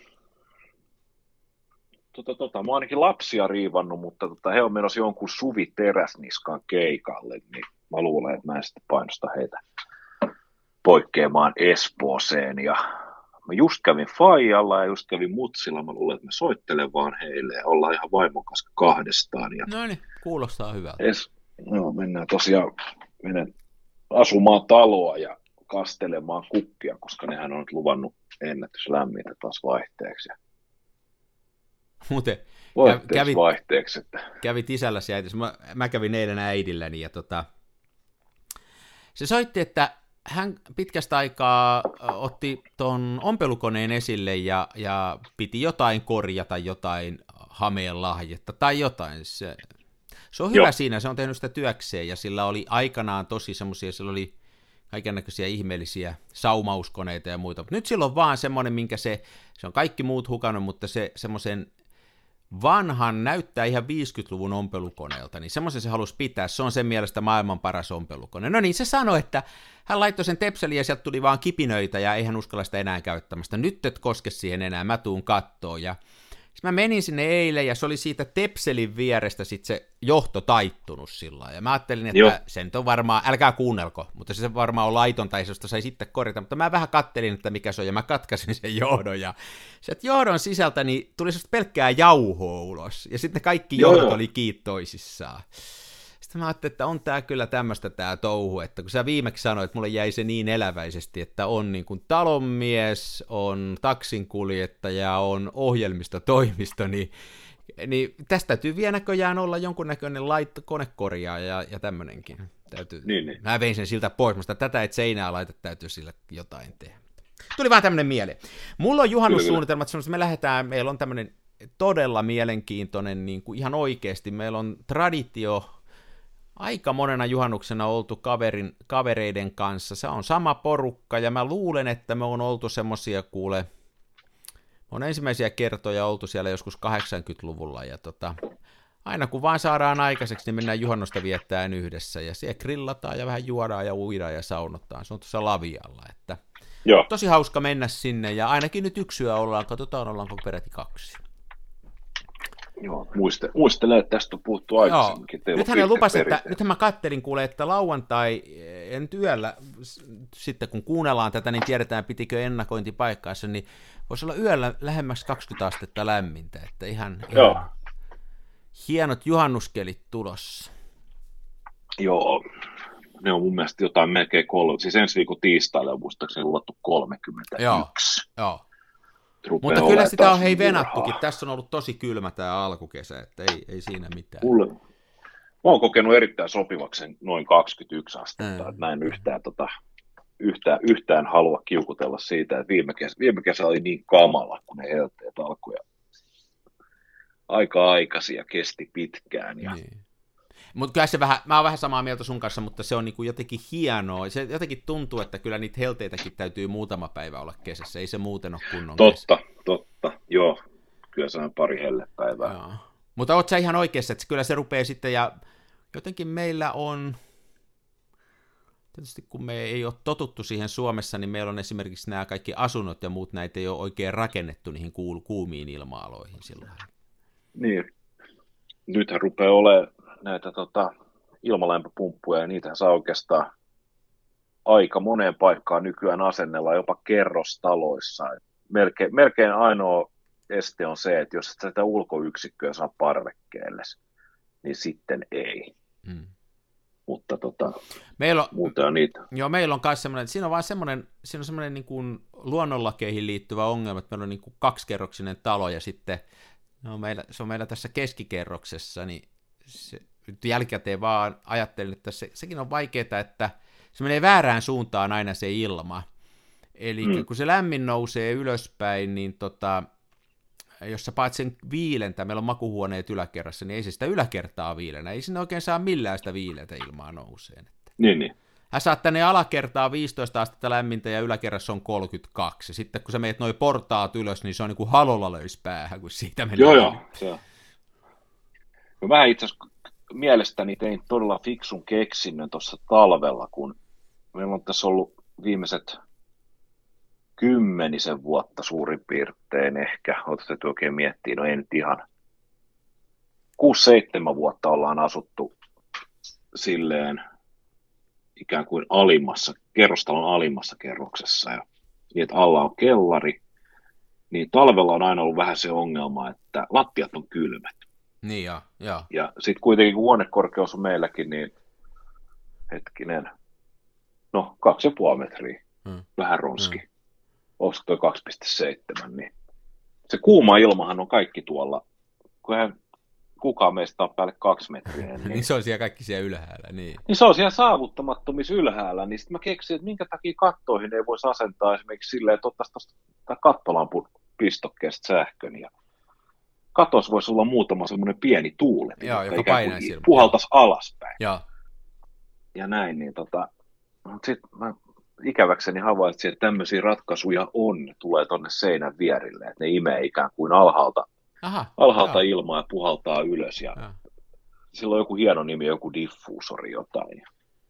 mä oon ainakin lapsia riivannut, mutta he on menossa jonkun Suvi Teräsniskan keikalle, niin mä luulen, että mä en sitten painosta heitä poikkeamaan Espooseen ja mä just kävin Faijalla ja just kävin Mutsilla. Mä luulen, että mä soittelen vaan heille ja ollaan ihan vaimon kanssa kahdestaan. Ja no niin, kuulostaa hyvältä. Mennään tosiaan asumaan taloa ja kastelemaan kukkia, koska nehän on nyt luvannut ennätyslämmintä taas vaihteeksi. Muuten vaihteeksi. Kävit isälläsi ja äitissä. Mä kävin eilen äidilläni ja se soitti, että hän pitkästä aikaa otti ton ompelukoneen esille ja piti jotain korjata, jotain hameen lahjetta tai jotain. Se on hyvä siinä, se on tehnyt sitä työkseen ja sillä oli aikanaan tosi semmoisia, sillä oli kaikennäköisiä ihmeellisiä saumauskoneita ja muita. Mutta nyt sillä on vaan semmoinen, minkä se on kaikki muut hukannut, mutta se semmoisen vanhan näyttää ihan 50-luvun ompelukoneelta, niin semmoisen se halusi pitää, se on sen mielestä maailman paras ompelukone. No niin, se sanoi, että hän laittoi sen tepselin ja sieltä tuli vaan kipinöitä ja ei hän uskalla sitä enää käyttämästä. Nyt et koske siihen enää, mä tuun kattoon. Ja mä menin sinne eilen ja se oli siitä tepselin vierestä sit se johto taittunut sillä ja mä ajattelin, että se nyt on varmaan, älkää kuunnelko, mutta se varmaan on laiton tai se sai sitten korjata, mutta mä vähän kattelin, että mikä se on ja mä katkasin sen johdon ja sieltä johdon sisältä niin tuli sellaista pelkkää jauhoa ulos ja sitten kaikki johdot oli kiittoisissaan. Sitten mä ajattelin, että on tää kyllä tämmöistä tää touhu, että kun sä viimeksi sanoit, että mulle jäi se niin eläväisesti, että on niin kuin talonmies, on taksinkuljettaja, on ohjelmistotoimisto, niin tästä täytyy vielä näköjään olla jonkunnäköinen konekorjaaja ja tämmöinenkin. Niin. Mä vein sen siltä pois, mutta tätä et seinää laita, täytyy sillä jotain tehdä. Tuli vaan tämmöinen mieleen. Mulla on juhannussuunnitelmat, meillä on tämmöinen todella mielenkiintoinen, niin kuin ihan oikeasti, meillä on traditio, aika monena juhannuksena oltu kavereiden kanssa, se on sama porukka, ja mä luulen, että me on oltu semmosia, on ensimmäisiä kertoja oltu siellä joskus 80-luvulla, ja aina kun vaan saadaan aikaiseksi, niin mennään juhannosta viettämään yhdessä, ja siellä grillataan, ja vähän juodaan, ja uidaan, ja saunotaan, se on tuossa Lavialla, että tosi hauska mennä sinne, ja ainakin nyt yksi yö katsotaan, ollaanko peräti 2. Joo, muistelen, että tästä on puhuttu aikaisemminkin. Nythän ne lupasi, nythän mä kattelin kuule, että lauantai, en yöllä, sitten kun kuunnellaan tätä, niin tiedetään, pitikö ennakointipaikkaansa, niin voisi olla yöllä lähemmäksi 20 astetta lämmintä, että ihan hienot juhannuskelit tulossa. Joo, ne on mun mielestä jotain melkein 3, siis ensi viikon tiistaille on muistaakseni luvattu 31. Joo. Mutta kyllä sitä on venattukin. Tässä on ollut tosi kylmä tämä alkukesä, että ei siinä mitään. Mä oon kokenut erittäin sopivaksi noin 21 astetta, että mä en yhtään halua kiukutella siitä, että viime kesä oli niin kamala, kun ne helteet alkoi aika aikaisin ja kesti pitkään. Ja... Niin. Mutta kyllä se vähän, mä oon vähän samaa mieltä sun kanssa, mutta se on niinku jotenkin hienoa. Se jotenkin tuntuu, että kyllä niitä helteitäkin täytyy muutama päivä olla kesässä. Ei se muuten ole kunnon kesä. Totta, joo. Kyllä se on pari hellepäivää. Joo. Mutta oot sä ihan oikeassa, että kyllä se rupeaa sitten, ja jotenkin meillä on, tietysti kun me ei ole totuttu siihen Suomessa, niin meillä on esimerkiksi nämä kaikki asunnot ja muut, näitä ei ole oikein rakennettu niihin kuumiin ilma-aloihin sillä lailla. Niin. Nythän rupeaa olemaan näitä ilmalämpöpumppuja, ja niitähän saa oikeastaan aika moneen paikkaan nykyään asennella, jopa kerrostaloissa. Melkein ainoa este on se, että jos et sitä ulkoyksikköä saa parvekkeelle, niin sitten ei. Mutta meillä on, muuta on niitä. Joo, meillä on myös semmoinen, siinä on vaan semmoinen niin kuin luonnonlakeihin liittyvä ongelma, että meillä on niin kuin 2-kerroksinen talo, ja sitten se on meillä tässä keskikerroksessa, niin nyt jälkikäteen vaan ajattelin, että sekin on vaikeaa, että se menee väärään suuntaan aina se ilma. Eli kun se lämmin nousee ylöspäin, niin jos sä paat sen viilentä, meillä on makuhuoneet yläkerrassa, niin ei se sitä yläkertaa viilenä. Ei sinne oikein saa millään sitä viilentä ilmaa nouseen. Niin. Hän saat tänne alakertaa 15 astetta lämmintä ja yläkerrassa on 32. Sitten kun sä meet noi portaat ylös, niin se on niin kuin halolla löys päähän, kun siitä menee. Joo, se on. No, mä itse asiassa mielestäni tein todella fiksun keksinnön tuossa talvella, kun meillä on tässä ollut viimeiset 10 vuotta suurin piirtein ehkä, otetaan oikein miettiä, no ei nyt ihan, 6-7 vuotta ollaan asuttu silleen ikään kuin kerrostalon alimmassa kerroksessa, ja niin, että alla on kellari, niin talvella on aina ollut vähän se ongelma, että lattiat on kylmät. Niin joo. Ja sitten kuitenkin kun huonekorkeus on meilläkin, niin hetkinen, 2,5 metriä, vähän ronski. Olisiko toi 2,7, niin se kuuma ilmahan on kaikki tuolla, kun kukaan meistä on päälle 2 metriä. Niin se on siellä kaikki siellä ylhäällä, niin. Niin se on siellä saavuttamattomissa ylhäällä, niin sitten mä keksin, että minkä takia kattoihin ei voisi asentaa esimerkiksi silleen, että ottaisi tuosta kattolampun pistokkeesta sähkön, ja katossa voisi olla muutama semmoinen pieni tuuli, joka painaisi silmään. Puhaltaisi alaspäin. Ja näin, niin sitten mä ikäväkseni havaitsin, että tämmöisiä ratkaisuja tulee tonne seinän vierille, että ne imee ikään kuin alhaalta ilmaa ja puhaltaa ylös, ja sillä on joku hieno nimi, joku diffuusori jotain.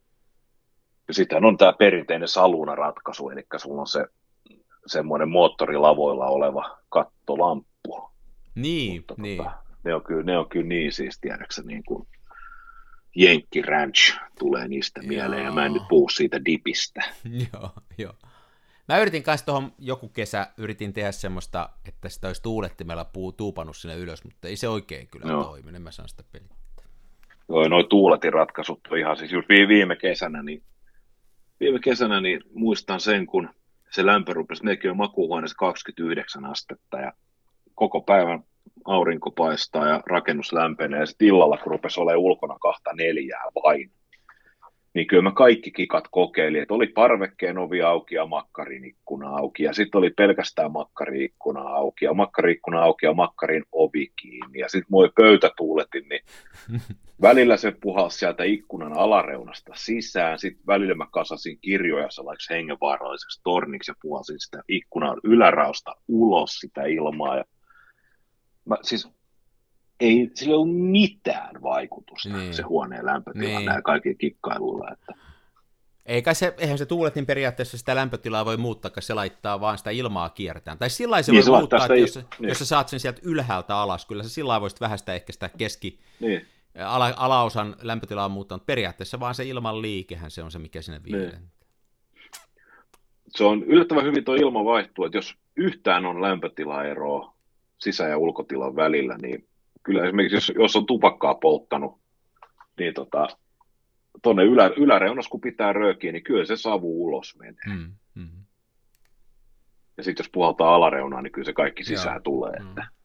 Ja sitten on tämä perinteinen saluna-ratkaisu, eli sulla on se semmoinen moottorilavoilla oleva kattolamppu. Niin. Ne on kyllä niin siis, tiedäksä, niin kuin Jenkki Ranch tulee niistä mieleen, ja mä en nyt puhu siitä dipistä. Joo. Mä yritin kanssa tuohon joku kesä, tehdä semmoista, että sitä olisi tuulettimella tuupannut sinne ylös, mutta ei se oikein kyllä toimi, en mä saan sitä pelittää. Noi tuuletinratkaisut on ihan siis just viime kesänä, niin muistan sen, kun se lämpö rupesi, mekin on makuuhuoneessa 29 astetta, ja koko päivän aurinko paistaa ja rakennus lämpenee, ja sitten illalla, kun rupesi olemaan ulkona 2-4 vain, niin kyllä mä kaikki kikat kokeilin, että oli parvekkeen ovi auki ja makkarin ikkuna auki, ja sitten oli pelkästään makkarin ikkuna auki, ja makkarin ikkuna auki ja makkarin ovi kiinni, ja sitten moi pöytätuuletin, niin välillä se puhalsi sieltä ikkunan alareunasta sisään, sitten välillä mä kasasin kirjoja sellaiseksi hengenvaaralliseksi torniksi, ja puhalsin sitä ikkunan ylärausta ulos sitä ilmaa, ja ei sillä ole mitään vaikutusta se huoneen lämpötila näin kaikilla kikkailuilla. Että. Eihän se tuuletin periaatteessa sitä lämpötilaa voi muuttaa, koska se laittaa vaan sitä ilmaa kiertään. Tai sillä lailla se voi muuttaa, että jos sä saat sen sieltä ylhäältä alas, kyllä sä sillä lailla voisit vähästä ehkä sitä alaosan lämpötilaa muuttaa, mutta periaatteessa vaan se ilman liikehän se on se, mikä sinne viilee. Se on yllättävän hyvin tuo ilma vaihtuu, että jos yhtään on lämpötilaeroa sisä- ja ulkotilan välillä, niin kyllä esimerkiksi jos on tupakkaa polttanut, niin tuonne yläreunas kun pitää röökiä, niin kyllä se savu ulos menee. Ja sitten jos puhaltaa alareunaa, niin kyllä se kaikki sisään tulee.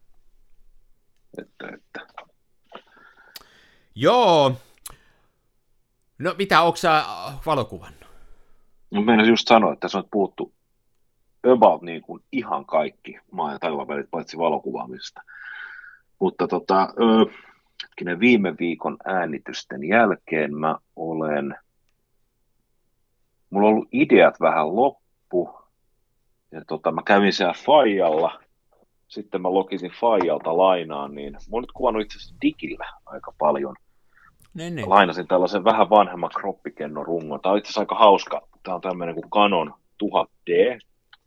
Että. Joo. No mitä, onko sä valokuvannut? No meinasin just sanoa, että tässä on puhuttu about niin kuin ihan kaikki maan ja taivaan välit paitsi valokuvaamisesta. Mutta viime viikon äänitysten jälkeen mulla on ollut ideat vähän loppu, ja mä kävin siellä Faijalla, sitten mä lokisin Faijalta lainaan, niin mä oon nyt kuvannut itse asiassa digillä aika paljon. Niin. Lainasin tällaisen vähän vanhemman kroppikennon rungon. Tää on itse asiassa aika hauska. Tää on tämmönen kuin Canon 1000D.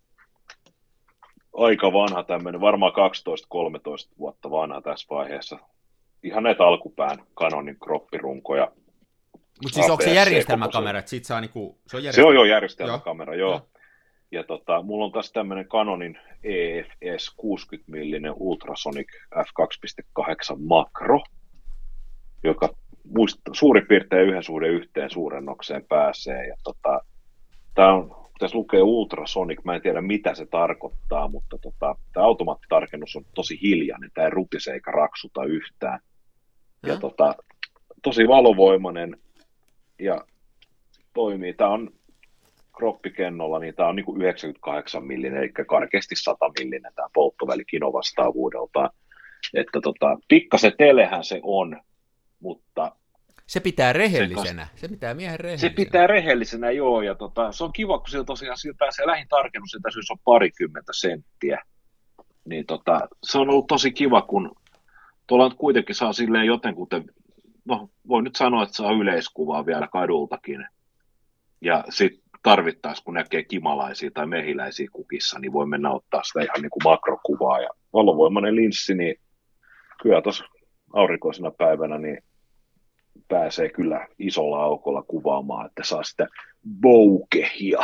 Aika vanha tämmönen, varmaan 12-13 vuotta vanha tässä vaiheessa. Ihan näitä alkupään Canonin kroppirunkoja. Mutta siis onko se järjestelmäkamera, että sit saa niinku, se on jo järjestelmäkamera, joo. Ja mulla on tässä tämmönen Canonin EFS 60 mm Ultrasonic f2.8 makro, joka suurin piirtein 1:1 suurennokseen pääsee. Ja tässä lukee Ultrasonic, mä en tiedä mitä se tarkoittaa, mutta tämä automaattitarkennus on tosi hiljainen, tämä ei rutise eikä raksuta yhtään. Ja tosi valovoimainen ja toimii. Tämä on kroppikennolla, niin tämä on niin kuin 98 millinen, eli karkeasti 100 millinen tämä polttoväli kinovastaavuudeltaan. Että pikkasen telehän se on, mutta se pitää rehellisenä. Se pitää miehen rehellisenä. Se pitää rehellisenä, joo. Ja se on kiva, kun sillä tosiaan pääsee lähin tarkennus, että se on parikymmentä senttiä. Niin se on ollut tosi kiva, kun tuolla nyt kuitenkin saa silleen jotenkuten, voi nyt sanoa, että saa yleiskuvaa vielä kadultakin. Ja sitten tarvittaessa, kun näkee kimalaisia tai mehiläisiä kukissa, niin voi mennä ottaa sitä ihan niin kuin makrokuvaa. Ja valovoimainen linssi, niin kyllä tuossa aurinkoisena päivänä, niin pääsee kyllä isolla aukolla kuvaamaan, että saa sitä bokehia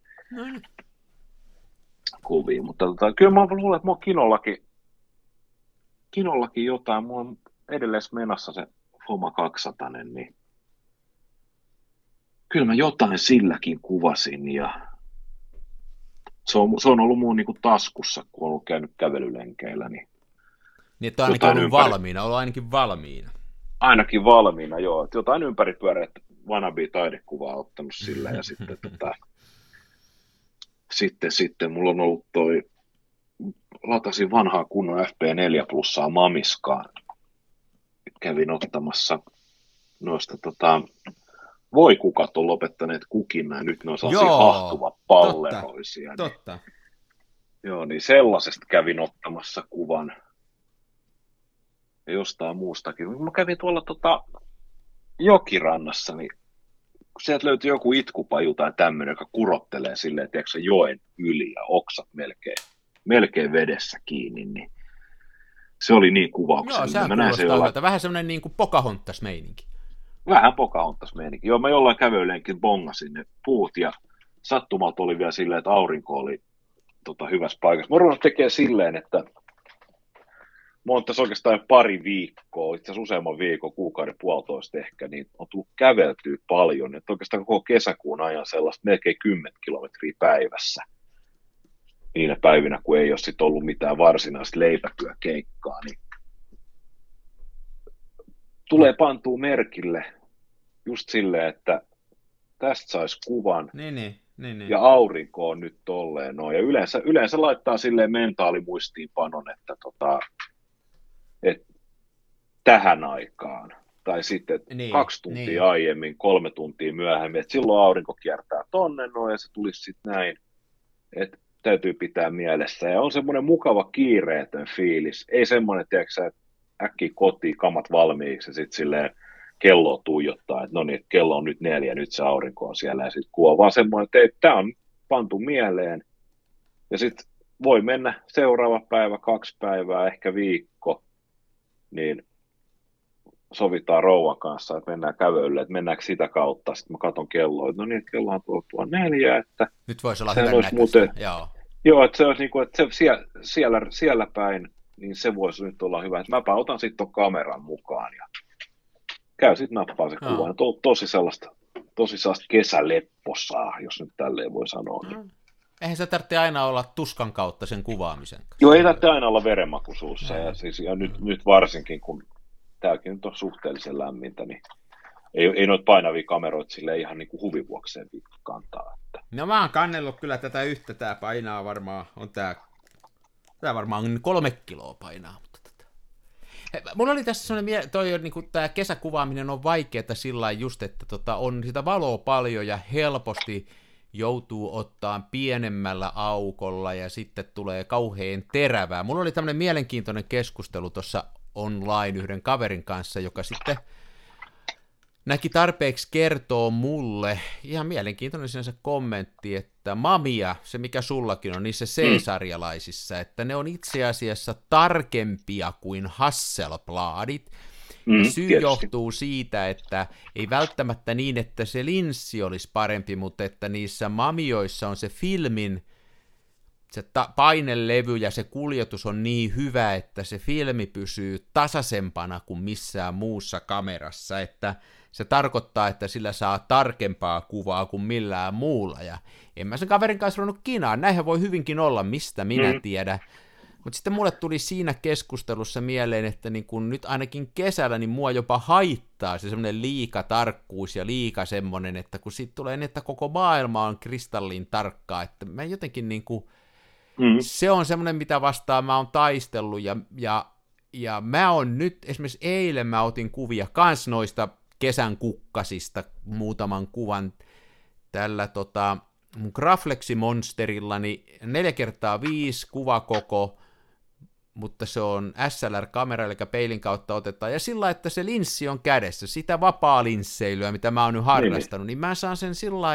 kuviin. Mutta kyllä mä luulen, että mä oon Kinollakin jotain. Mulla on edelleen menassa se Foma 200, niin kyllä mä jotain silläkin kuvasin. Ja se on ollut mun niinku taskussa, kun on ollut käynyt kävelylenkeillä. Niin että on ainakin ollut valmiina, Ainakin valmiina, joo. Että jotain ympäripyöreät wannabe-taidekuvaa ottanut sillä ja sitten mulla on ollut latasin vanhaa kunnon FP4 plussaa Mamiskaan. Kävin ottamassa noista voikukat on lopettaneet kukinnaan, nyt ne on sellaisia hahtuvat palleroisia. Totta. Joo, niin sellaisesta kävin ottamassa kuvan. Ja jostain muustakin. Mä kävin tuolla jokirannassa, niin sieltä löytyi joku itkupaju tai tämmöinen, joka kurottelee silleen, tiedätkö, joen yli ja oksat melkein vedessä kiinni, niin se oli niin kuvauksellinen. Joo, sehän kuulostaa hyvältä. Vähän semmoinen niin kuin Pocahontas-meininki. Vähän Pocahontas-meininki. Joo, mä jollain kävelylenkin bongasin ne puut ja sattumalta oli vielä silleen, että aurinko oli hyvässä paikassa. Mä ruvennut tekemään silleen, että mä oon tässä oikeastaan pari viikkoa, itse asiassa useamman viikon, kuukauden puolitoista ehkä, niin on tullut käveltyä paljon. Että oikeastaan koko kesäkuun ajan sellaista melkein 10 kilometriä päivässä. Niinä päivinä, kun ei ole sit ollut mitään varsinaista leipätyökeikkaa, niin tulee pantua merkille just silleen, että tästä saisi kuvan. Niin. Ja aurinko on nyt tolleen noin. Ja yleensä laittaa silleen mentaalimuistiinpanon, että tähän aikaan. Tai sitten 2 tuntia aiemmin, 3 tuntia myöhemmin. Että silloin aurinko kiertää tonne noin ja se tulisi sitten näin. Että täytyy pitää mielessä. Ja on semmoinen mukava kiireetön fiilis. Ei semmoinen, tiedätkö, että äkkiä kotiin, kamat valmiiksi ja sitten silleen kelloa tuijottaa, että no niin, kello on nyt 4, nyt se aurinko on siellä ja sitten kuva, vaan semmoinen, että tämä on pantu mieleen ja sitten voi mennä seuraava päivä, 2 päivää, ehkä viikko, niin sovitaan rouvan kanssa, että mennään kävelylle, että mennäänkö sitä kautta, sitten mä katson kelloa, että no niin, että kello on tuo 4, että nyt voisi olla hyvän näköistä, joo, että se olisi niin kuin, että se siellä päin, niin se voisi nyt olla hyvä, että mäpä otan sitten tuon kameran mukaan ja käy sitten nappaa se kuva. Tosi sellaista kesälepposaa, jos nyt tälleen voi sanoa. Niin. Eihän se tarvitse aina olla tuskan kautta sen kuvaamisen. Joo, ei tarvitse aina olla verenmaku suussa. Ja nyt varsinkin, kun tämäkin nyt on suhteellisen lämmintä, niin ei noita painavia kameroita sille ihan niin kuin huvin vuokseen kantaa. Että. No mä oon kannellut kyllä tätä yhtä. Tää painaa varmaan, on tää varmaan 3 kiloa painaa. Mulla oli tässä sellainen, niin tämä kesäkuvaaminen on vaikeaa sillä lailla just, että on sitä valoa paljon ja helposti joutuu ottaa pienemmällä aukolla ja sitten tulee kauhean terävää. Mulla oli tämmöinen mielenkiintoinen keskustelu tuossa online yhden kaverin kanssa, joka sitten näki tarpeeksi kertoo mulle, ihan mielenkiintoinen sinänsä kommentti, että Mamiya, se mikä sullakin on niissä C-sarjalaisissa, että ne on itse asiassa tarkempia kuin Hasselbladit. Syy tietysti johtuu siitä, että ei välttämättä niin, että se linssi olisi parempi, mutta että niissä Mamiyoissa on se filmin, se painelevy ja se kuljetus on niin hyvä, että se filmi pysyy tasaisempana kuin missään muussa kamerassa, että se tarkoittaa, että sillä saa tarkempaa kuvaa kuin millään muulla, ja en mä sen kaverin kanssa ruvennut kinaan, näinhän voi hyvinkin olla, mistä minä tiedän, mutta sitten mulle tuli siinä keskustelussa mieleen, että niin kun nyt ainakin kesällä, niin mua jopa haittaa se semmoinen liikatarkkuus ja liika semmoinen, että kun siitä tulee niin, että koko maailma on kristallin tarkkaa, että mä jotenkin niin kuin, se on semmoinen, mitä vastaan mä oon taistellut, ja mä oon nyt, esimerkiksi eilen mä otin kuvia kans noista kesän kukkasista, muutaman kuvan tällä mun Graflexi-monsterillani 4x5 kuvakoko, mutta se on SLR-kamera, eli peilin kautta otetaan, ja sillä että se linssi on kädessä, sitä vapaa-linsseilyä, mitä mä oon nyt harrastanut, niin mä saan sen sillä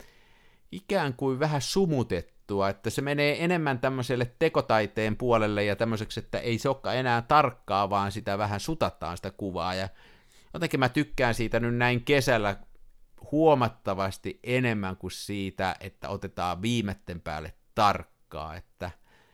ikään kuin vähän sumutettua, että se menee enemmän tämmöiselle tekotaiteen puolelle ja tämmöiseksi, että ei se olekaan enää tarkkaa, vaan sitä vähän sutataan sitä kuvaa, ja jotenkin mä tykkään siitä nyt näin kesällä huomattavasti enemmän kuin siitä, että otetaan viimetten päälle tarkkaa, että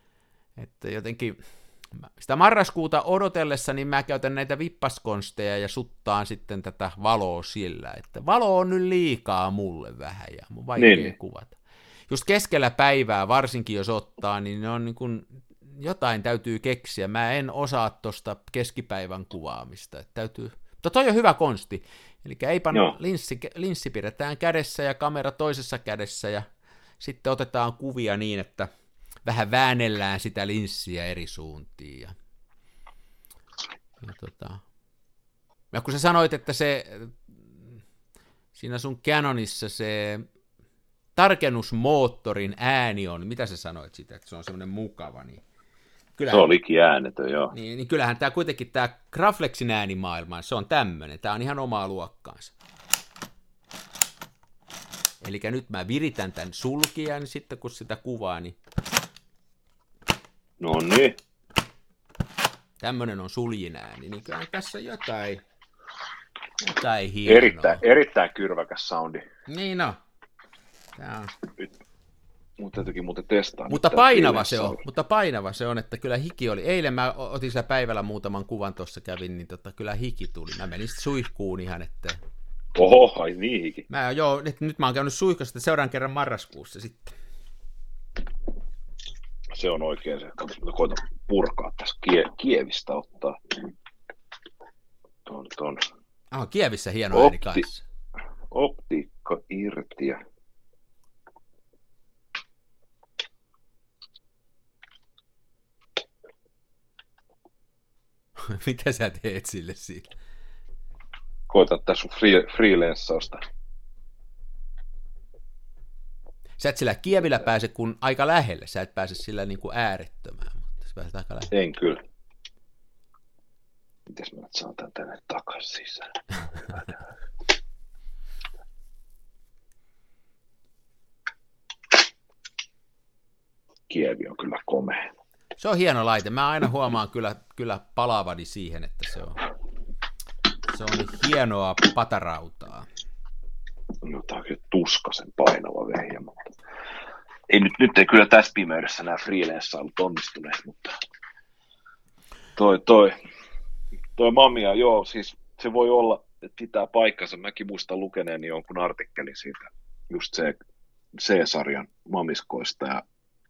jotenkin sitä marraskuuta odotellessa, niin mä käytän näitä vippaskonsteja ja suttaan sitten tätä valoa sillä, että valo on nyt liikaa mulle vähän ja mun vaikea kuvata. Just keskellä päivää, varsinkin jos ottaa, niin ne on niin kuin, jotain täytyy keksiä. Mä en osaa tuosta keskipäivän kuvaamista, että täytyy. Mutta toi on hyvä konsti, eli eipä linssi pidetään kädessä ja kamera toisessa kädessä ja sitten otetaan kuvia niin, että vähän väännellään sitä linssiä eri suuntiin. Ja kun sä sanoit, että siinä sun Canonissa se tarkennusmoottorin ääni on, mitä sä sanoit siitä, että se on semmoinen mukava, niin kyllähän, se on ikiäänetön, joo. Niin kyllähän tämä kuitenkin, tämä Graflexin äänimaailma, se on tämmöinen, tämä on ihan omaa luokkaansa. Eli nyt mä viritän tämän sulkijan, niin sitten kun sitä kuvaa, niin no niin. Tämmöinen on suljin ääni, niin kyllä tässä jotain hienoa. Erittäin kyrväkäs soundi. Niin no. Tää on. Mun täytyykin muuten testaa. Mutta painava se on, että kyllä hiki oli. Eilen mä otin siellä päivällä muutaman kuvan tuossa kävin, niin kyllä hiki tuli. Mä menin sitten suihkuun ihan, että oho, ai niin hiki. Nyt mä oon käynyt suihkussa seuraavan kerran marraskuussa sitten. Se on oikein se. Koitan purkaa tässä Kievistä ottaa. Ton. Kievissä hieno ääni kanssa. Optiikka irti. Mitä sä teet sille siitä? Koitan tässä sun freelanceusta. Sä et sillä Kievillä pääse kun aika lähelle, sä et pääse sillä niin kuin äärettömään, mutta sä pääset aika lähelle. En kyllä. Mites mä nyt saan tän tänne takaisin sisään? Kievi on kyllä komea. Se on hieno laite. Mä aina huomaan kyllä palavani siihen, että se on hienoa patarautaa. No, tää on kyllä tuskaisen painava vehjä, mutta nyt ei kyllä tässä pimeydessä nämä freelanceilut onnistuneet, mutta toi Mamiya, joo, siis se voi olla, että pitää paikkansa. Mäkin muistan lukeneeni jonkun artikkelin siitä, just C-sarjan mamiskoista ja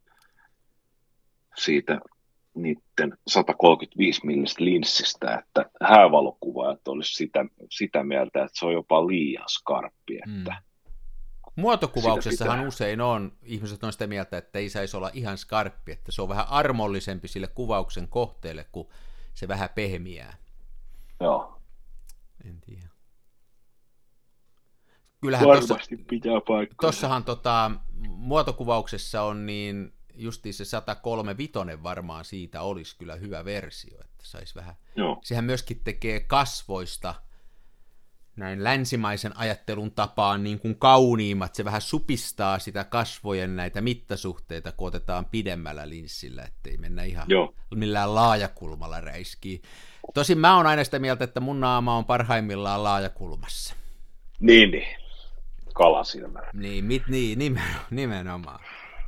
siitä niiden 135 millistä linssistä, että häävalokuvaajat olisi sitä mieltä, että se on jopa liian skarppi. Että muotokuvauksessahan usein ihmiset on sitä mieltä, että ei saisi olla ihan skarppi, että se on vähän armollisempi sille kuvauksen kohteelle, kun se vähän pehmiää. Joo. En tiedä. Kyllähän varmasti pitää paikkaa. Tossahan muotokuvauksessa on niin justiin se 103.5 varmaan siitä olisi kyllä hyvä versio, että saisi vähän. Joo. Sehän myöskin tekee kasvoista näin länsimaisen ajattelun tapaan niin kuin kauniimmat, se vähän supistaa sitä kasvojen näitä mittasuhteita, kun otetaan pidemmällä linssillä, ettei mennä ihan millään laajakulmalla räiskiin. Tosin mä oon aina sitä mieltä, että mun naama on parhaimmillaan laajakulmassa. Niin. Kalasilmällä. Niin, nimenomaan.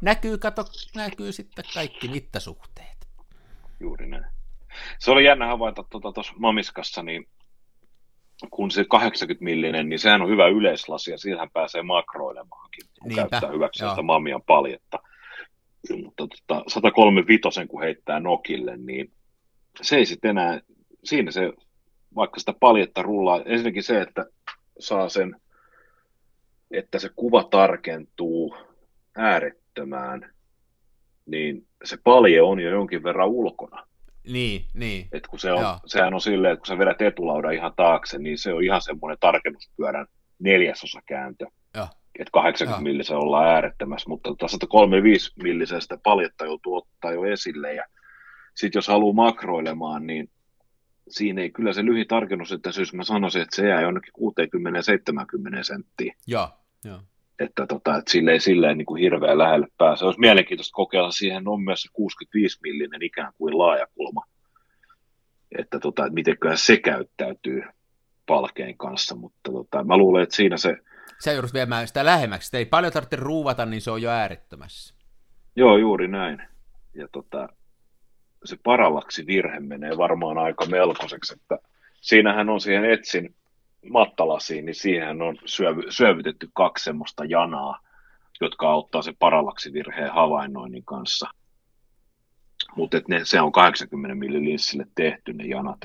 Näkyy sitten kaikki mittasuhteet. Juuri näin. Se oli jännä havaita tuossa Mamiskassa, niin kun se 80 millinen, niin sehän on hyvä yleislasi, ja siihen pääsee makroilemaankin, kun käyttää hyväksi sitä Mamian paljetta. Mutta 135, kun heittää nokille, niin se ei sitten enää, siinä se, vaikka sitä paljetta rullaa, ensinnäkin se, että saa sen, että se kuva tarkentuu äärettömään, niin se palje on jo jonkin verran ulkona. Niin. Et kun sehän on silleen, että kun sä vedät etulaudan ihan taakse, niin se on ihan semmoinen tarkennuspyörän 4/4 kääntö. Että 80 millisen ollaan äärettömässä, mutta 135 millisestä paljetta joutuu ottaa jo esille. Ja sitten jos haluaa makroilemaan, niin siinä ei kyllä se lyhin tarkennus, että jos mä sanoisin, että se jää jonnekin 60-70 senttiä. Joo. Että sille ei silleen niin kuin hirveän lähelle pääse. Olisi mielenkiintoista kokeilla, siihen on myös se 65 millinen ikään kuin laajakulma. Että mitenköhän se käyttäytyy palkeen kanssa, mutta mä luulen, että siinä se... Sä joudut viemään sitä lähemmäksi, sitä ei paljon tarvitse ruuvata, niin se on jo äärettömässä. Joo, juuri näin. Ja se parallaksi virhe menee varmaan aika melkoiseksi, että siinähän on siihen etsin mattalasiin, niin siihen on syövytetty 2 semmoista janaa, jotka auttaa se parallaksivirheen havainnoinnin kanssa. Mutta se on 80 millilinssille tehty ne janat.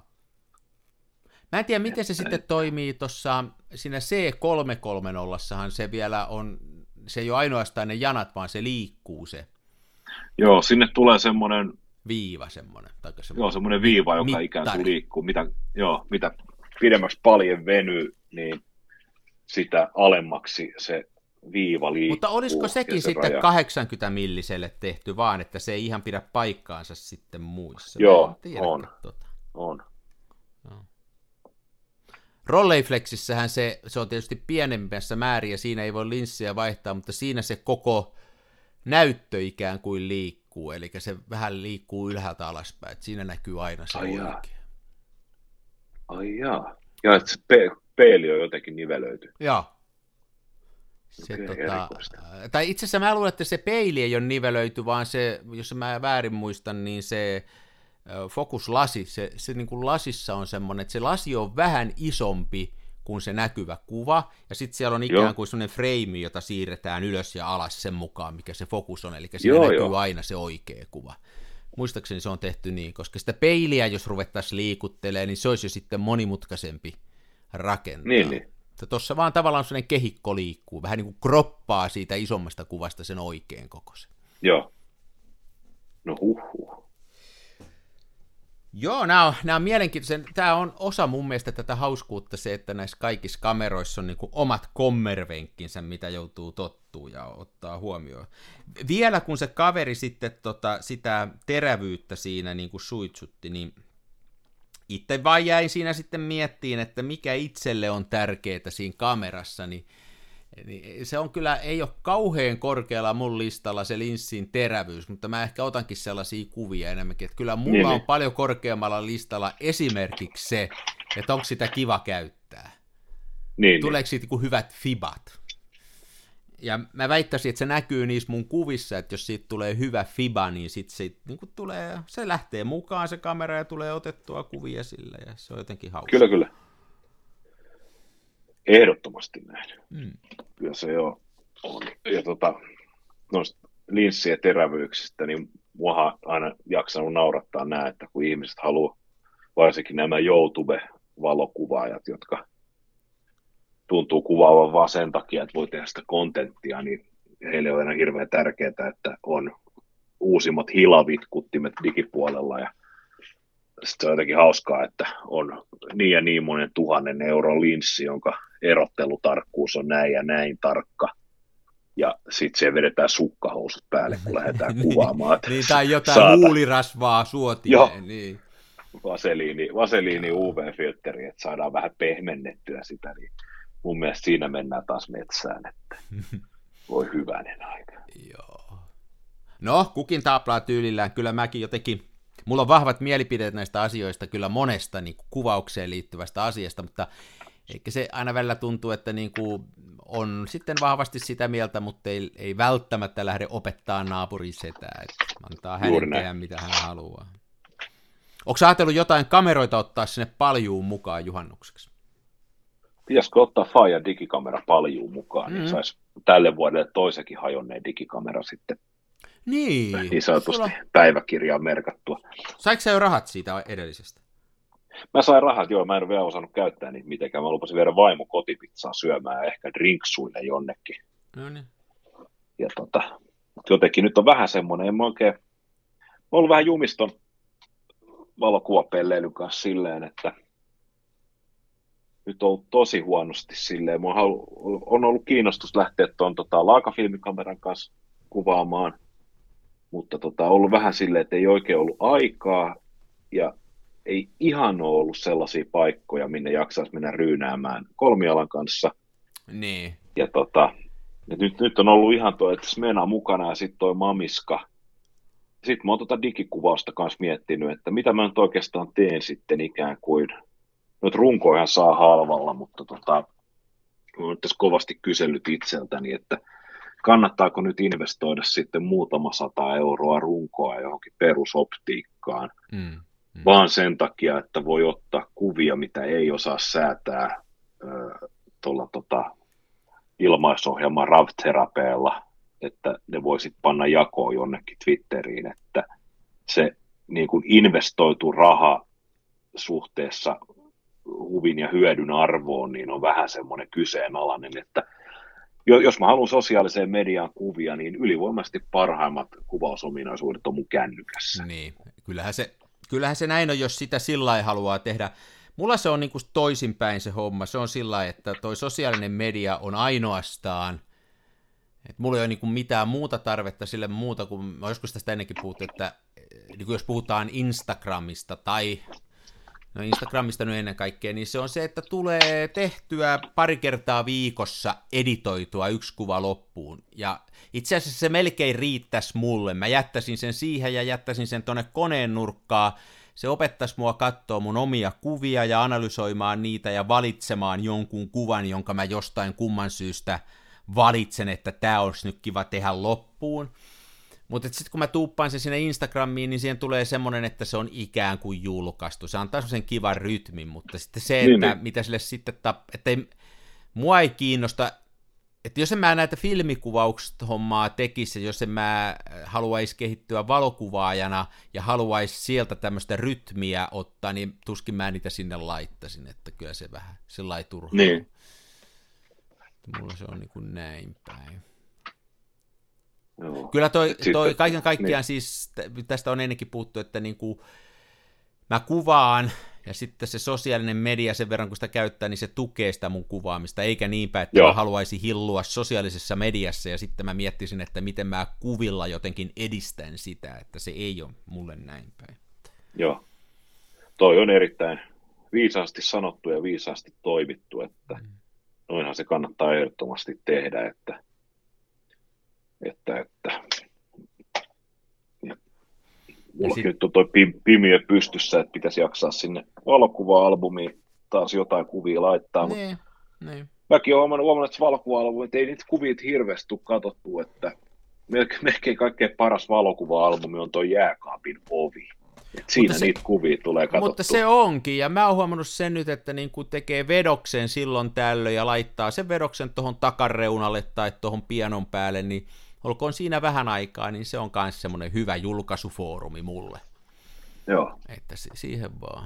Mä en tiedä, miten se sitten toimii tuossa, siinä C330-sahan se vielä on, se ei ole ainoastaan ne janat, vaan se liikkuu se. Joo, sinne tulee semmoinen viiva semmoinen. Joo, semmoinen viiva, joka mittari. Ikään kuin liikkuu. Mitä pidemmäksi paljen venyy, niin sitä alemmaksi se viiva liikkuu. Mutta olisiko sekin se sitten 80 milliselle tehty vaan, että se ei ihan pidä paikkaansa sitten muissa? Joo, on. Rolleiflexissähän se on tietysti pienemmässä määrin ja siinä ei voi linssiä vaihtaa, mutta siinä se koko näyttö ikään kuin liikkuu, eli se vähän liikkuu ylhäältä alaspäin, että siinä näkyy aina se oikein. Ai jaa. Ja että se peili on jotenkin nivelöity. Joo. Tai itse asiassa mä luulen, että se peili ei ole nivelöity, vaan se, jos mä väärin muistan, niin se fokuslasi, se niin kuin lasissa on semmoinen, että se lasi on vähän isompi kuin se näkyvä kuva, ja sitten siellä on ikään kuin semmoinen freimi, jota siirretään ylös ja alas sen mukaan, mikä se fokus on, eli siinä näkyy aina se oikea kuva. Muistaakseni se on tehty niin, koska sitä peiliä, jos ruvettaisiin liikuttelemaan, niin se olisi jo sitten monimutkaisempi rakentaa. Niin. Tuossa vaan tavallaan sellainen kehikko liikkuu, vähän niin kuin kroppaa siitä isommasta kuvasta sen oikean kokoisen. Joo. No huhhuh. Joo, nämä on mielenkiintoisia. Tämä on osa mun mielestä tätä hauskuutta se, että näissä kaikissa kameroissa on niin kuin omat kommervenkkinsä, mitä joutuu tottuu ja ottaa huomioon. Vielä kun se kaveri sitten sitä terävyyttä siinä niin kuin suitsutti, niin itse vaan jäin siinä sitten miettiin, että mikä itselle on tärkeää siinä kamerassa, niin se on kyllä, ei ole kauhean korkealla mun listalla se linssin terävyys, mutta mä ehkä otankin sellaisia kuvia enemmänkin, että kyllä mulla on paljon korkeammalla listalla esimerkiksi se, että onko sitä kiva käyttää. Tuleeko siitä hyvät fibat? Ja mä väittäisin, että se näkyy niissä mun kuvissa, että jos siitä tulee hyvä fiba, niin sitten se lähtee mukaan se kamera ja tulee otettua kuvia sillä, ja se on jotenkin hauska. Kyllä. Ehdottomasti näin. Kyllä se on. Ja noista linssien terävyyksistä, niin mua on aina jaksanut naurattaa nämä, että kun ihmiset haluaa, varsinkin nämä YouTube-valokuvaajat, jotka tuntuu kuvaavan vaan sen takia, että voi tehdä sitä kontenttia, niin heille on aina hirveän tärkeää, että on uusimmat hilavitkuttimet digipuolella ja sitten se on jotenkin hauskaa, että on niin ja niin monen 1,000 euron linssi, jonka erottelutarkkuus on näin ja näin tarkka. Ja sitten se vedetään sukkahousut päälle, kun lähdetään kuvaamaan. Niin, tai jotain huulirasvaa suotiin. Niin. Vaseliini UV-filtteri, että saadaan vähän pehmennettyä sitä. Niin mun mielestä siinä mennään taas metsään, että voi hyvänen aika. Joo. No, kukin taaplaa tyylillään. Kyllä mäkin jotenkin, mulla on vahvat mielipiteet näistä asioista, kyllä monesta niin kuin kuvaukseen liittyvästä asiasta, mutta eikä se aina välillä tuntuu, että niin kuin on sitten vahvasti sitä mieltä, mutta ei välttämättä lähde opettaa naapurin setää, että antaa hänen tehdä, mitä hän haluaa. Onko sä ajatellut jotain kameroita ottaa sinne paljuun mukaan juhannukseksi? Pitäisikö ottaa Fajan digikamera paljuun mukaan, niin saisi tälle vuodelle toisenkin hajonneen digikamera sitten niin sanotusti päiväkirjaan merkattua. Saiko sä jo rahat siitä edellisestä? Mä sain rahat, joo, mä en ole vielä osannut käyttää niitä mitenkään. Mä lupasin viedä vaimo kotipizzaa syömään ja ehkä drinksuille jonnekin. No niin. Ja jotenkin nyt on vähän semmoinen, en mä oikein, mä oon ollut vähän jumiston valokuvapelleilyn kanssa silleen, että nyt on ollut tosi huonosti silleen. Mä on ollut kiinnostus lähteä tuon laakafilmikameran kanssa kuvaamaan, mutta ollut vähän silleen, että ei oikein ollut aikaa ja ei ihan ole ollut sellaisia paikkoja, minne jaksaisi mennä ryynäämään kolmialan kanssa. Niin. Ja nyt on ollut ihan että Smena mukana ja sitten toi Mamiska. Sitten mä oon digikuvausta kanssa miettinyt, että mitä mä nyt oikeastaan teen sitten ikään kuin. Nyt runkoihan saa halvalla, mutta mä oon tässä kovasti kysellyt itseltäni, että kannattaako nyt investoida sitten muutama 100 euroa runkoa johonkin perusoptiikkaan. Vaan sen takia, että voi ottaa kuvia, mitä ei osaa säätää tuolla ilmaisohjelman RAV-terapeella, että ne voisit panna jakoon jonnekin Twitteriin, että se niin kuin investoitu raha suhteessa huvin ja hyödyn arvoon, niin on vähän semmoinen kyseenalainen, että jos mä haluan sosiaaliseen mediaan kuvia, niin ylivoimaisesti parhaimmat kuvausominaisuudet on mun kännykässä. Niin, kyllähän se näin on, jos sitä sillä lailla haluaa tehdä. Mulla se on niin kuin toisinpäin se homma. Se on sillä lailla, että toi sosiaalinen media on ainoastaan, että mulla ei ole niin kuin mitään muuta tarvetta sille muuta kuin, mä joskus tästä ennenkin puhuttu, että niin jos puhutaan Instagramista tai, no Instagramista nyt ennen kaikkea, niin se on se, että tulee tehtyä pari kertaa viikossa editoitua yksi kuva loppuun. Ja itse asiassa se melkein riittäisi mulle. Mä jättäisin sen siihen ja jättäisin sen tonne koneen nurkkaan. Se opettaisi mua katsoa mun omia kuvia ja analysoimaan niitä ja valitsemaan jonkun kuvan, jonka mä jostain kumman syystä valitsen, että tää olisi nyt kiva tehdä loppuun. Mutta sitten kun mä tuuppaan sen sinne Instagramiin, niin siihen tulee semmoinen, että se on ikään kuin julkaistu. Se antaa semmoisen kivan rytmin, mutta sitten se, että mitä sille sitten, että mua ei kiinnosta, että jos en mä näitä filmikuvaukset hommaa tekisi, jos en mä haluaisi kehittyä valokuvaajana ja haluaisi sieltä tämmöistä rytmiä ottaa, niin tuskin mä niitä sinne laittaisin, että kyllä se vähän sellainen turhaa. Niin. Mulla se on niin kuin näin päin. Joo. Kyllä toi kaiken kaikkiaan niin. Siis, tästä on ennenkin puhuttu, että niin kuin mä kuvaan, ja sitten se sosiaalinen media sen verran, kun sitä käyttää, niin se tukee sitä mun kuvaamista, eikä niinpä, että mä haluaisin hillua sosiaalisessa mediassa, ja sitten mä miettisin, että miten mä kuvilla jotenkin edistän sitä, että se ei ole mulle näin päin. Joo, toi on erittäin viisaasti sanottu ja viisaasti toimittu, että noinhan se kannattaa ehdottomasti tehdä, että mullakin nyt on toi pimiö pystyssä, että pitäisi jaksaa sinne valokuva-albumiin taas jotain kuvia laittaa, mutta mäkin olen huomannut, että valokuva-albumit ei niitä kuvia hirveästi tule katsottua, että melkein kaikkein paras valokuva-albumi on toi Jääkaapin ovi. Siinä niitä kuvia tulee katsottua. Mutta se onkin, ja mä oon huomannut sen nyt, että niin kun tekee vedoksen silloin tällöin ja laittaa sen vedoksen tuohon takareunalle tai tuohon pianon päälle, niin olkoon siinä vähän aikaa, niin se on myös semmoinen hyvä julkaisufoorumi mulle. Joo. Että siihen vaan.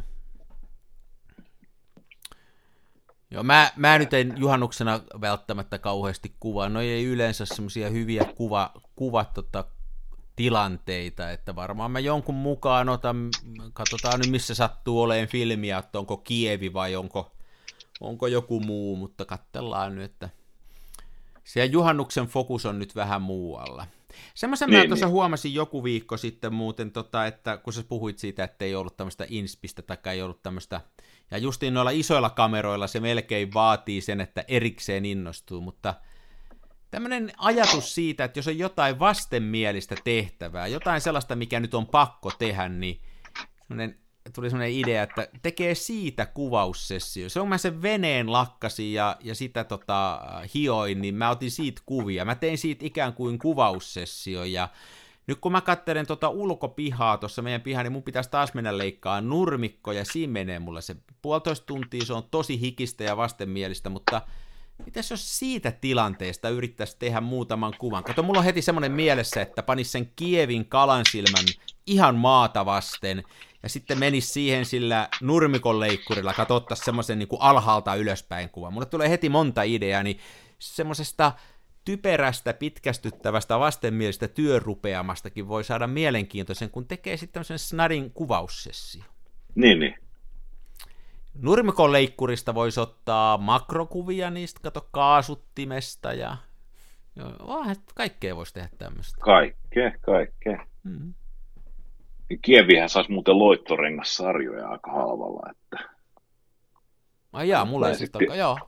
Joo, mä nyt en juhannuksena välttämättä kauheasti kuvaa. No ei yleensä semmoisia hyviä tilanteita, että varmaan mä jonkun mukaan otan, katsotaan nyt missä sattuu oleen filmiä, että onko Kievi vai onko joku muu, mutta katsellaan nyt, että siellä juhannuksen fokus on nyt vähän muualla. Semmoisen mä tuossa huomasin joku viikko sitten muuten, että kun sä puhuit siitä, että ei ollut tämmöistä inspistä tai ei ollut tämmöistä, ja justiin noilla isoilla kameroilla se melkein vaatii sen, että erikseen innostuu, mutta tämmöinen ajatus siitä, että jos on jotain vastenmielistä tehtävää, jotain sellaista, mikä nyt on pakko tehdä, niin tuli semmoinen idea, että tekee siitä kuvaussessio. Se on mä sen veneen lakkasin ja sitä hioin, niin mä otin siitä kuvia. Mä tein siitä ikään kuin kuvaussessio ja nyt kun mä katselen ulkopihaa tuossa meidän pihaa, niin mun pitäisi taas mennä leikkaa nurmikko ja siinä menee mulle se 1,5 tuntia, se on tosi hikistä ja vastenmielistä, mutta mitäs jos siitä tilanteesta yrittäisi tehdä muutaman kuvan? Kato, mulla on heti semmoinen mielessä, että panis sen Kievin kalansilmän ihan maata vasten, ja sitten menisi siihen sillä nurmikon leikkurilla, katsottaisiin semmoisen niin kuin alhaalta ylöspäin kuvan. Mulle tulee heti monta ideaa, niin semmoisesta typerästä, pitkästyttävästä, vastenmielistä työrupeamastakin voi saada mielenkiintoisen, kun tekee sitten tämmöisen snadin kuvaussessio. Niin. Nurmikon leikkurista voisi ottaa makrokuvia niistä, kato kaasuttimesta ja kaikkea voisi tehdä tämmöistä. Kaikkea. Mm-hmm. Kievihän saisi muuten loittorengassarjoja aika halvalla, että... Ai jaa, mulla ei sitten joo.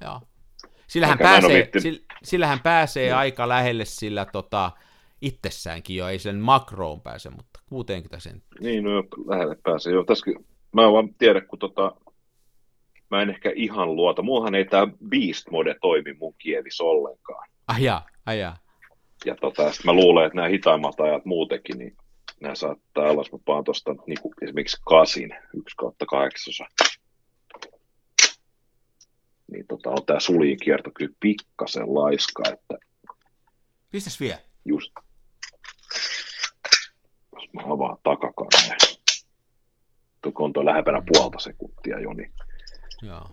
Sillähän pääsee aika lähelle sillä itsessäänkin jo, ei sen makroon pääse, mutta 60 senttiä. Niin, no lähelle pääsee jo. Mä en vaan tiedä, kun mä en ehkä ihan luota. Mullahan ei tää Beast Mode toimi mun Kievissä ollenkaan. Ai jaa. Ja sitten mä luulen, että nämä hitaimmat ajat muutenkin, niin nämä saattaa olla, mä paan tuosta niin esimerkiksi 1/8. Niin on tää suljikierto kyllä pikkasen laiska, että... Pistäs vielä? Just. Jos mä avaan takakarmeen. Kun on lähempänä 0,5 sekuntia jo, niin... Joo.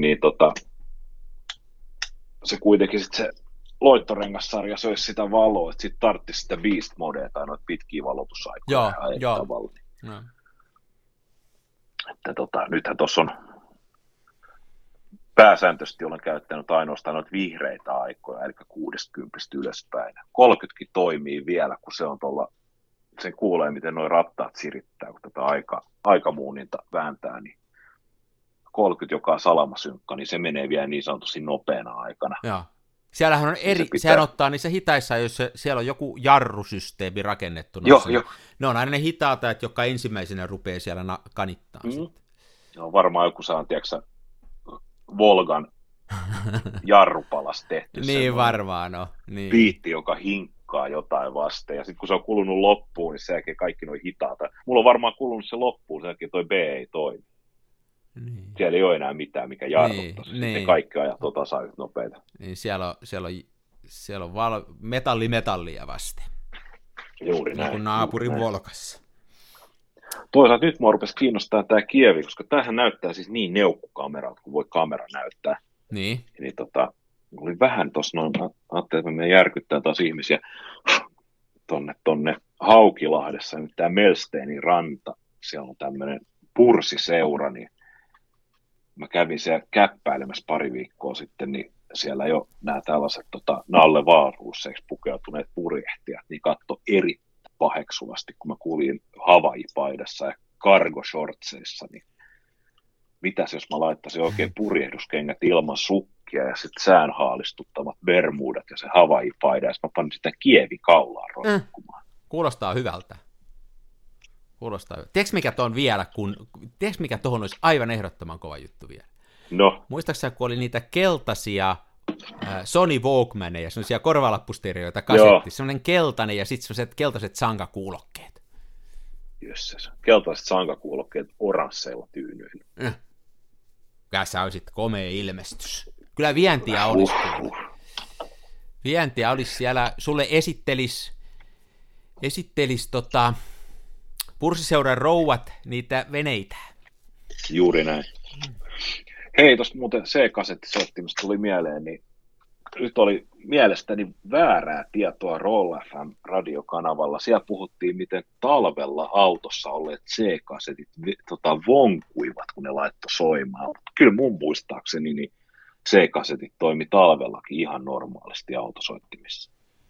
Se kuitenkin sitten se loittorengassarja söisi sitä valoa, että sitten tarvitsisi sitä Beast Modea tai noita pitkiä valotusaikoja. Joo. Että nythän tuossa on pääsääntöisesti olen käyttänyt ainoastaan noita vihreitä aikoja, eli 60 ylöspäin. 30kin toimii vielä, kun se on tuolla, sen kuulee, miten nuo rattaat sirittää, kun tätä aikamuuninta vääntää, niin 30, joka on salamasynkka, niin se menee vielä niin sanotusti nopeana aikana. Joo. Siellähän on sehän ottaa niissä hitaissa, jos siellä on joku jarrusysteemi rakennettu. Joo. Ne on aina ne hitaata, jotka ensimmäisenä rupeaa siellä kanittaa. No varmaan joku saa, tiedätkö Volgan jarrupalas tehty. Niin varmaan on. Niin. Biitti, joka hinkkaa jotain vasten. Ja sitten kun se on kulunut loppuun, niin sen jälkeen kaikki nuo hitaata. Mulla on varmaan kulunut se loppuun, sen jälkeen toi B ei toimi. Niin. Siellä ei ole enää mitään, mikä jarruttaisi. Sitten kaikki ajat on tasayhtä nopeita. Niin siellä on metallia vasten. Juuri näin. Niin kuin naapurin Volkassa. Toisaalta nyt mua rupesi kiinnostaa tämä Kievi, koska tämähän näyttää siis niin neukkukameralta, kuin voi kamera näyttää. Niin. Niin oli vähän tuossa noin, ajattelin, että me järkyttää taas ihmisiä tonne Haukilahdessa, nyt tämä Melsteinin ranta, siellä on tämmöinen pursiseura, niin mä kävin siellä käppäilemässä pari viikkoa sitten, niin siellä jo nämä tällaiset Nalle Wahlroosseiksi pukeutuneet purjehtijat, niin katso erittäin paheksuvasti, kun mä kuulin Hawaii-paidassa ja cargo-shortseissa, niin mitäs jos mä laittaisin oikein purjehduskengät ilman sukkia ja sitten säänhaalistuttavat bermudat ja se Hawaii-paida, ja mä panin sitä Kievi-kaulaan roikkumaan. Kuulostaa hyvältä. Tiedätkö mikä tuohon olisi aivan ehdottoman kova juttu vielä? No. Muistaakseni, kun oli niitä keltaisia Sony Walkmaneja, sellaisia korvalappustereoita kasetti, sellainen keltainen ja sitten sellaiset keltaiset sankakuulokkeet. Jösses, keltaiset sankakuulokkeet oransseilla tyynyillä. Sä olisit komea ilmestys. Kyllä vientiä olisi. Vientiä olisi siellä, sulle esittelis Pursiseuran rouvat niitä veneitä. Juuri näin. Hei, tuosta muuten C-kasettisoittimesta tuli mieleen, niin nyt oli mielestäni väärää tietoa Roll FM-radiokanavalla. Siellä puhuttiin, miten talvella autossa olleet C-kasetit vonkuivat, kun ne laittoi soimaan. Kyllä mun muistaakseni niin C-kasetit toimi talvellakin ihan normaalisti autosoittimissa.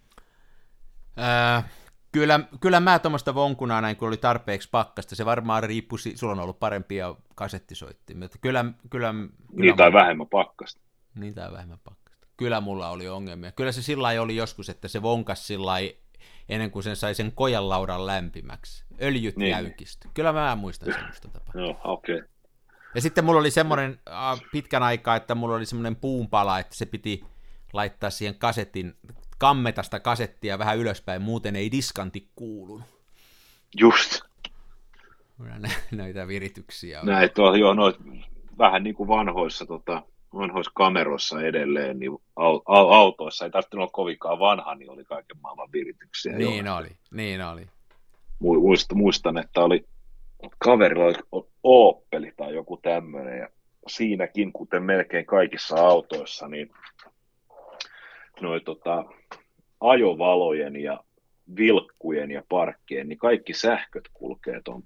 Kyllä mä tuommoista vonkunaa näin, kun oli tarpeeksi pakkasta. Se varmaan riippui, sulla on ollut parempia kasettisoittimia. Kyllä Niin tai vähemmän pakkasta. Niin tai vähemmän pakkasta. Kyllä mulla oli ongelmia. Kyllä se sillä lailla oli joskus, että se vonkas sillä lailla ennen kuin sen sai sen kojanlaudan lämpimäksi. Öljyt niin. jäykistyi. Kyllä mä muistan semmoista tapaa. No, okei. Okay. Ja sitten mulla oli semmoinen pitkän aikaa, että mulla oli semmoinen puunpala, että se piti laittaa siihen kammeta sitä kasettia vähän ylöspäin, muuten ei diskantti kuulunut. Just. Näitä virityksiä on. Näitä vähän niin kuin vanhoissa kameroissa edelleen, niin autoissa ei tarvitse olla kovinkaan vanha, niin oli kaiken maailman virityksiä. Niin oli. Muistan, että kaverilla oli Opeli tai joku tämmöinen, ja siinäkin, kuten melkein kaikissa autoissa, niin ajovalojen ja vilkkujen ja parkkien, niin kaikki sähköt kulkee tuon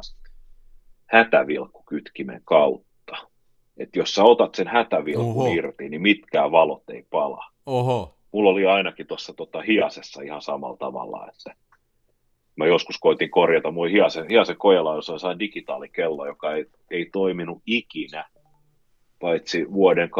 hätävilkkukytkimen kautta. Että jos sä otat sen hätävilkun irti, niin mitkään valot ei pala. Oho. Mulla oli ainakin tuossa Hiasessa ihan samalla tavalla, että mä joskus koitin korjata mun Hiasen kojalla, jossa sain digitaalikello, joka ei toiminut ikinä, paitsi vuoden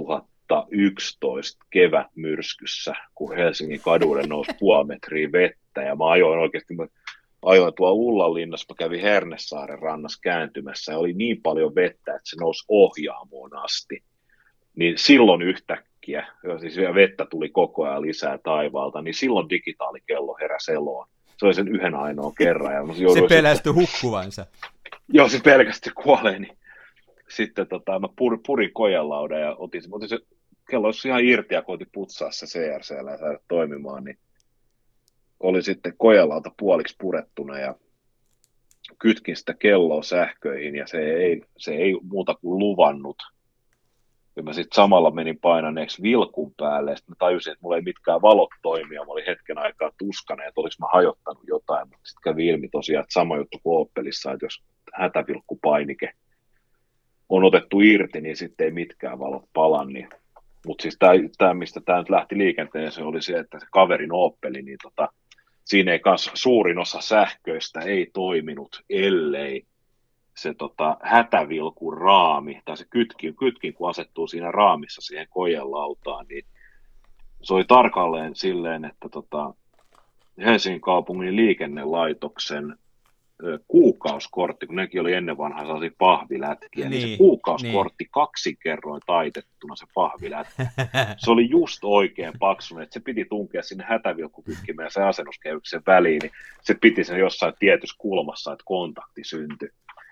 2011 kevätmyrskyssä, kun Helsingin kaduille nousi 0,5 metriä vettä, ja mä ajoin tuolla Ullanlinnassa, mä kävin Hernesaaren rannassa kääntymässä, ja oli niin paljon vettä, että se nousi ohjaamoon asti. Niin silloin yhtäkkiä, siis vettä tuli koko ajan lisää taivaalta, niin silloin digitaalikello heräsi eloon. Se oli sen yhden ainoan kerran. Ja se pelästyi hukkuvansa. Joo, se pelkästyi kuolee. Niin. Sitten mä purin kojelaudan ja otin se kello olisi ihan irti ja koitin putsaa se CRC:llä ja saada toimimaan, niin oli sitten kojelauta puoliksi purettuna ja kytkin sitä kelloa sähköihin ja se ei muuta kuin luvannut. Ja mä sitten samalla menin painaneeksi vilkun päälle, ja sitten mä tajusin, että mulla ei mitkään valot toimia, mä olin hetken aikaa tuskainen, että olis mä hajottanut jotain, mutta sitten kävi ilmi tosiaan, että sama juttu kuin Opelissa, että jos hätävilkkupainike on otettu irti, niin sitten ei mitkään valot pala. Niin. Mutta siis tämä, mistä tämä nyt lähti liikenteeseen, oli se, että se kaverin Opeli, niin siinä ei kanssa suurin osa sähköistä ei toiminut, ellei se hätävilkun raami, tai se kytkin, kun asettuu siinä raamissa siihen kojelautaan, niin se oli tarkalleen silleen, että Helsingin kaupungin liikennelaitoksen kuukausikortti, kun nekin oli ennen vanhaa sellaisia pahvilätkiä, niin se kuukausikortti 2 kerroin taitettuna se pahvilätki. Se oli just oikein paksunen, että se piti tunkea sinne hätävilkkukytkimeen ja se asennuskehyksen väliin, niin se piti sen jossain tietyssä kulmassa, että kontakti syntyi.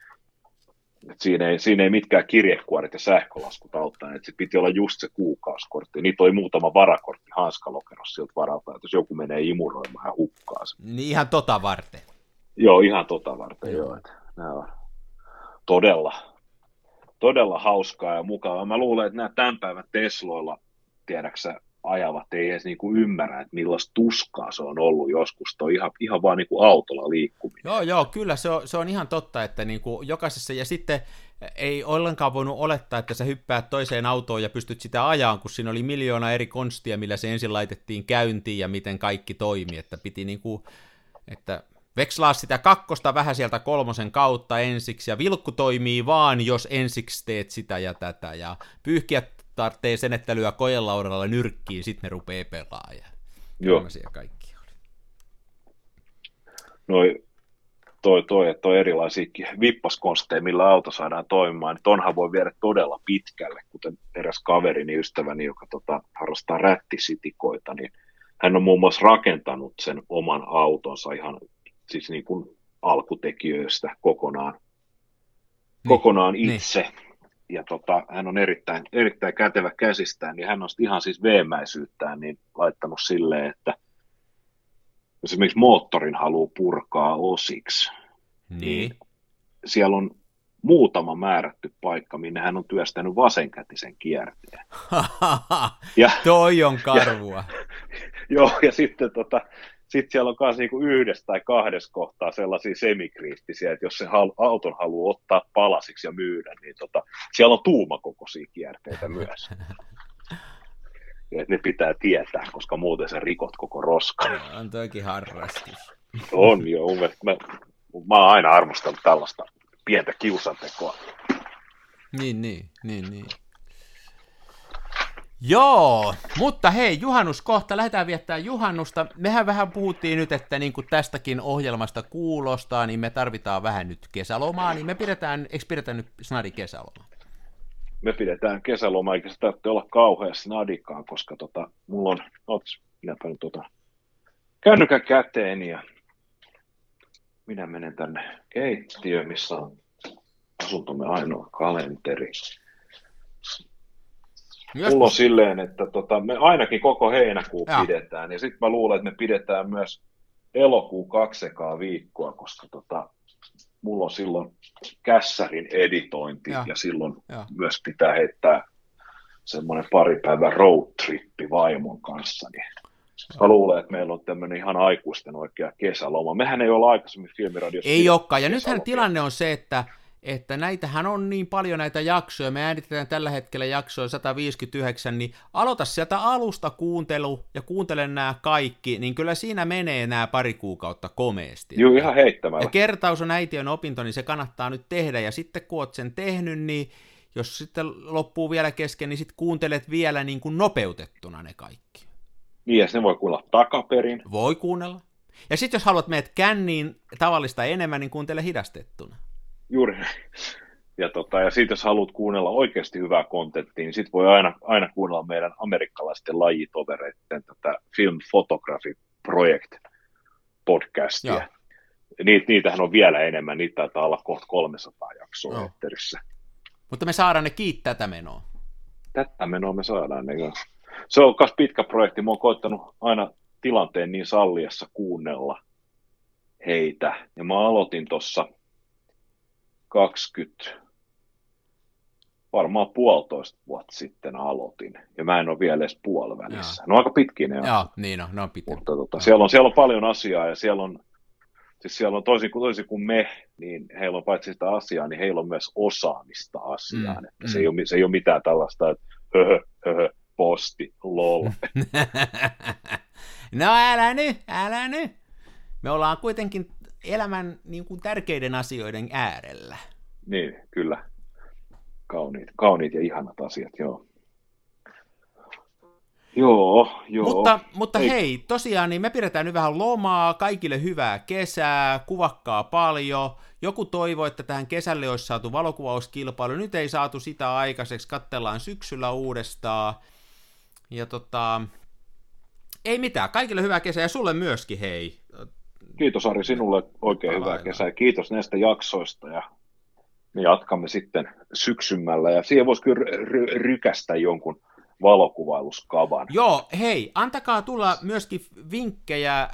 Et siinä ei mitkään kirjekuoret ja sähkölaskut auttaa, että se piti olla just se kuukausikortti. Niitä oli muutama varakortti hanskalokerossa siltä varalta, että jos joku menee imuroimaan ja hukkaa sen. Niin ihan varten. Joo, ihan varten, joo. Nämä on todella hauskaa ja mukavaa. Mä luulen, että nämä tämän päivän Tesloilla, tiedäksä, ajavat ei edes niinku ymmärrä, että millaista tuskaa se on ollut joskus. Tuo ihan vaan niinku autolla liikkuminen. Joo, kyllä se on ihan totta, että niinku jokaisessa, ja sitten ei ollenkaan voinut olettaa, että sä hyppäät toiseen autoon ja pystyt sitä ajaan, kun siinä oli miljoona eri konstia, millä se ensin laitettiin käyntiin ja miten kaikki toimi, että piti niinku, että vekslaa sitä 2 vähän sieltä 3 kautta ensiksi, ja vilkku toimii vaan, jos ensiksi teet sitä ja tätä, ja pyyhkiät tarvitsee senettelyä kojelaudalla nyrkkiin, sitten ne rupeaa pelaamaan. Tämmöisiä kaikki oli. Toi erilaisia vippaskonsteja, millä auto saadaan toimimaan, niin tonhan voi viedä todella pitkälle, kuten eräs kaverini, ystäväni, joka harrastaa rättisitikoita, niin hän on muun muassa rakentanut sen oman autonsa ihan siis niin kuin alkutekijöistä kokonaan itse. Niin. Ja hän on erittäin kätevä käsistään, niin hän on ihan siis veemäisyyttään niin laittanut silleen, että jos esimerkiksi moottorin haluaa purkaa osiksi, niin siellä on muutama määrätty paikka, minne hän on työstänyt vasenkätisen kierteen. Toi on karvua. Joo, ja sitten sit siellä on myös niinku yhdessä tai kahdessa kohtaa sellaisia semikriittisiä, että jos se auton haluaa ottaa palasiksi ja myydä, niin siellä on tuumakokoisia kierteitä myös. Ja ne pitää tietää, koska muuten sä rikot koko roskan. On toikin harrastus. On joo, mä oon aina arvostanut tällaista pientä kiusantekoa. Niin. Joo, mutta hei, juhannus kohta, lähdetään viettämään juhannusta. Mehän vähän puhuttiin nyt, että niin kuin tästäkin ohjelmasta kuulostaa, niin me tarvitaan vähän nyt kesälomaa, niin eikö pidetään nyt snadi kesälomaa? Me pidetään kesälomaa, eikä se tarvitse olla kauhean snadikaan, koska mulla on, minäpä nyt kännykän käteen ja minä menen tänne keittiöön, missä on asuntomme ainoa kalenteri. Mulla on silleen, että me ainakin koko heinäkuu pidetään, ja sitten mä luulen, että me pidetään myös elokuu 2 viikkoa, koska mulla on silloin kässärin editointi, ja silloin myös pitää heittää semmoinen pari päivän roadtrippi vaimon kanssa, niin mä luulen, että meillä on tämmöinen ihan aikuisten oikea kesäloma. Mehän ei olla aikaisemmin Filmiradiossa. Ei olekaan, ja nythän tilanne on se, että näitähän on niin paljon näitä jaksoja, me äänitetään tällä hetkellä jaksoja 159, niin aloita sieltä alusta kuuntelu ja kuuntele nämä kaikki, niin kyllä siinä menee nämä pari kuukautta komeasti. Joo, ihan heittämällä. Ja kertaus on äitiön opinto, niin se kannattaa nyt tehdä, ja sitten kun oot sen tehnyt, niin jos sitten loppuu vielä kesken, niin sitten kuuntelet vielä niin kuin nopeutettuna ne kaikki. Niin, ja ne voi kuunnella takaperin. Voi kuunnella. Ja sitten jos haluat meidät känniin tavallista enemmän, niin kuuntele hidastettuna. Juuri. Ja sitten jos haluat kuunnella oikeasti hyvää kontenttia, niin sitten voi aina kuunnella meidän amerikkalaisten lajitovereiden tätä Film Photography Project podcastia. Niitähän on vielä enemmän, niitä taitaa olla kohta 300 jaksoa etterissä. Mutta me saadaan ne kiittää tätä menoa. Tätä menoa me saadaan. Ne. Se on myös pitkä projekti. Mä oon koittanut aina tilanteen niin salliessa kuunnella heitä. Ja mä aloitin tuossa varmaan 1,5 vuotta sitten aloitin, ja mä en ole vielä edes puolivälissä. Ne on aika pitkiä ne. Joo, niin on, ne on pitkiä. Mutta siellä on paljon asiaa, ja siellä on toisin kuin me, niin heillä on paitsi sitä asiaa, niin heillä on myös osaamista asiaan. Että se ei ole mitään tällaista, että posti, lol. No älä nyt. Me ollaan kuitenkin elämän niin kuin tärkeiden asioiden äärellä. Niin, kyllä. Kauniit ja ihanat asiat, joo. Joo. Mutta hei, tosiaan niin me pidetään nyt vähän lomaa, kaikille hyvää kesää, kuvakkaa paljon. Joku toivoi, että tähän kesälle olisi saatu valokuvauskilpailu, nyt ei saatu sitä aikaiseksi, katsellaan syksyllä uudestaan. Ja ei mitään, kaikille hyvää kesää ja sulle myöskin, hei. Kiitos Ari, sinulle oikein hyvää kesää. Kiitos näistä jaksoista ja me jatkamme sitten syksymmällä. Ja siihen voisi kyllä rykästä jonkun valokuvailuskavan. Joo, hei, antakaa tulla myöskin vinkkejä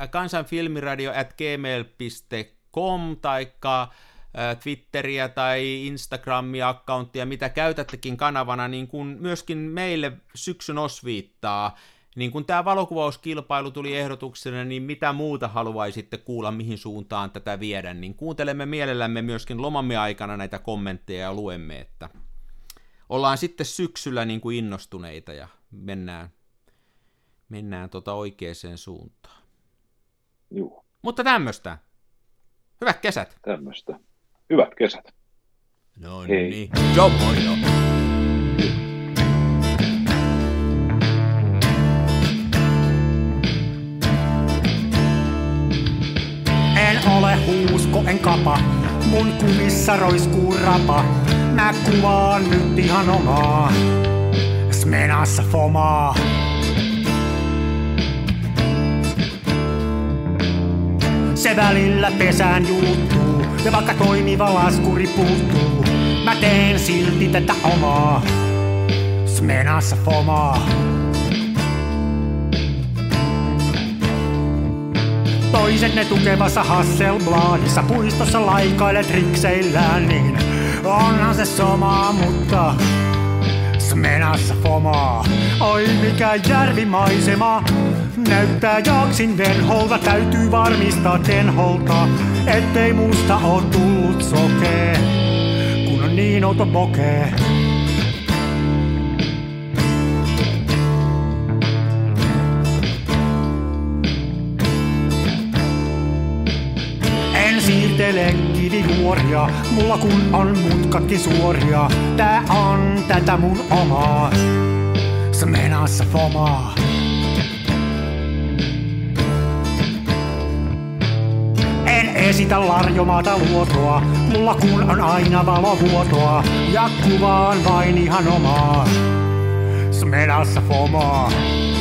kansanfilmiradio@gmail.com taikka Twitteriä tai Instagramia-accounttia, mitä käytättekin kanavana, niin kuin myöskin meille syksyn osviittaa. Niin kun tämä valokuvauskilpailu tuli ehdotuksena, niin mitä muuta haluaisitte kuulla, mihin suuntaan tätä viedä, niin kuuntelemme mielellämme myöskin lomamme aikana näitä kommentteja ja luemme, että ollaan sitten syksyllä niin kuin innostuneita ja mennään oikeaan suuntaan. Joo. Mutta tämmöistä. Hyvät kesät. Tämmöistä. Hyvät kesät. No niin. Joo, moi joo. En ole huusko, en kapa, mun kumissa roiskuu rapa. Mä kuvaan nyt ihan omaa, Smenassa fomaa. Se välillä pesään juuttuu, ja vaikka toimiva laskuri puuttuu, mä teen silti tätä omaa, Smenassa fomaa. Toiset ne tukevassa Hasselbladissa puistossa laikailet rikseillään, niin Onhan se sama, mutta Smenassa fomaa. Oi mikä järvimaisema, näyttää jaksin venholta. Täytyy varmistaa tenholta, ettei musta oo tullut sokee, kun on niin outo bokee. En siirtele kivijuoria, mulla kun on mutkatkin suoria. Tää on tätä mun omaa Smenassa fomaa. En esitä larjomaata luotoa, mulla kun on aina valovuotoa. Ja kuvaan vain ihan omaa Smenassa fomaa.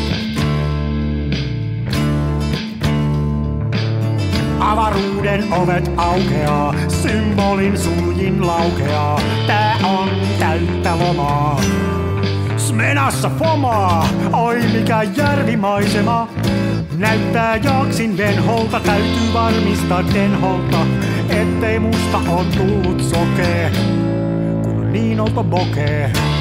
Avaruuden ovet aukeaa, symbolin suljin laukeaa. Tää on täyttä lomaa Smenassa fomaa. Oi mikä järvimaisema, näyttää jaksin venholta. Täytyy varmistaa tenholta, ettei musta oo tullut sokee, kun on niin outo bokee.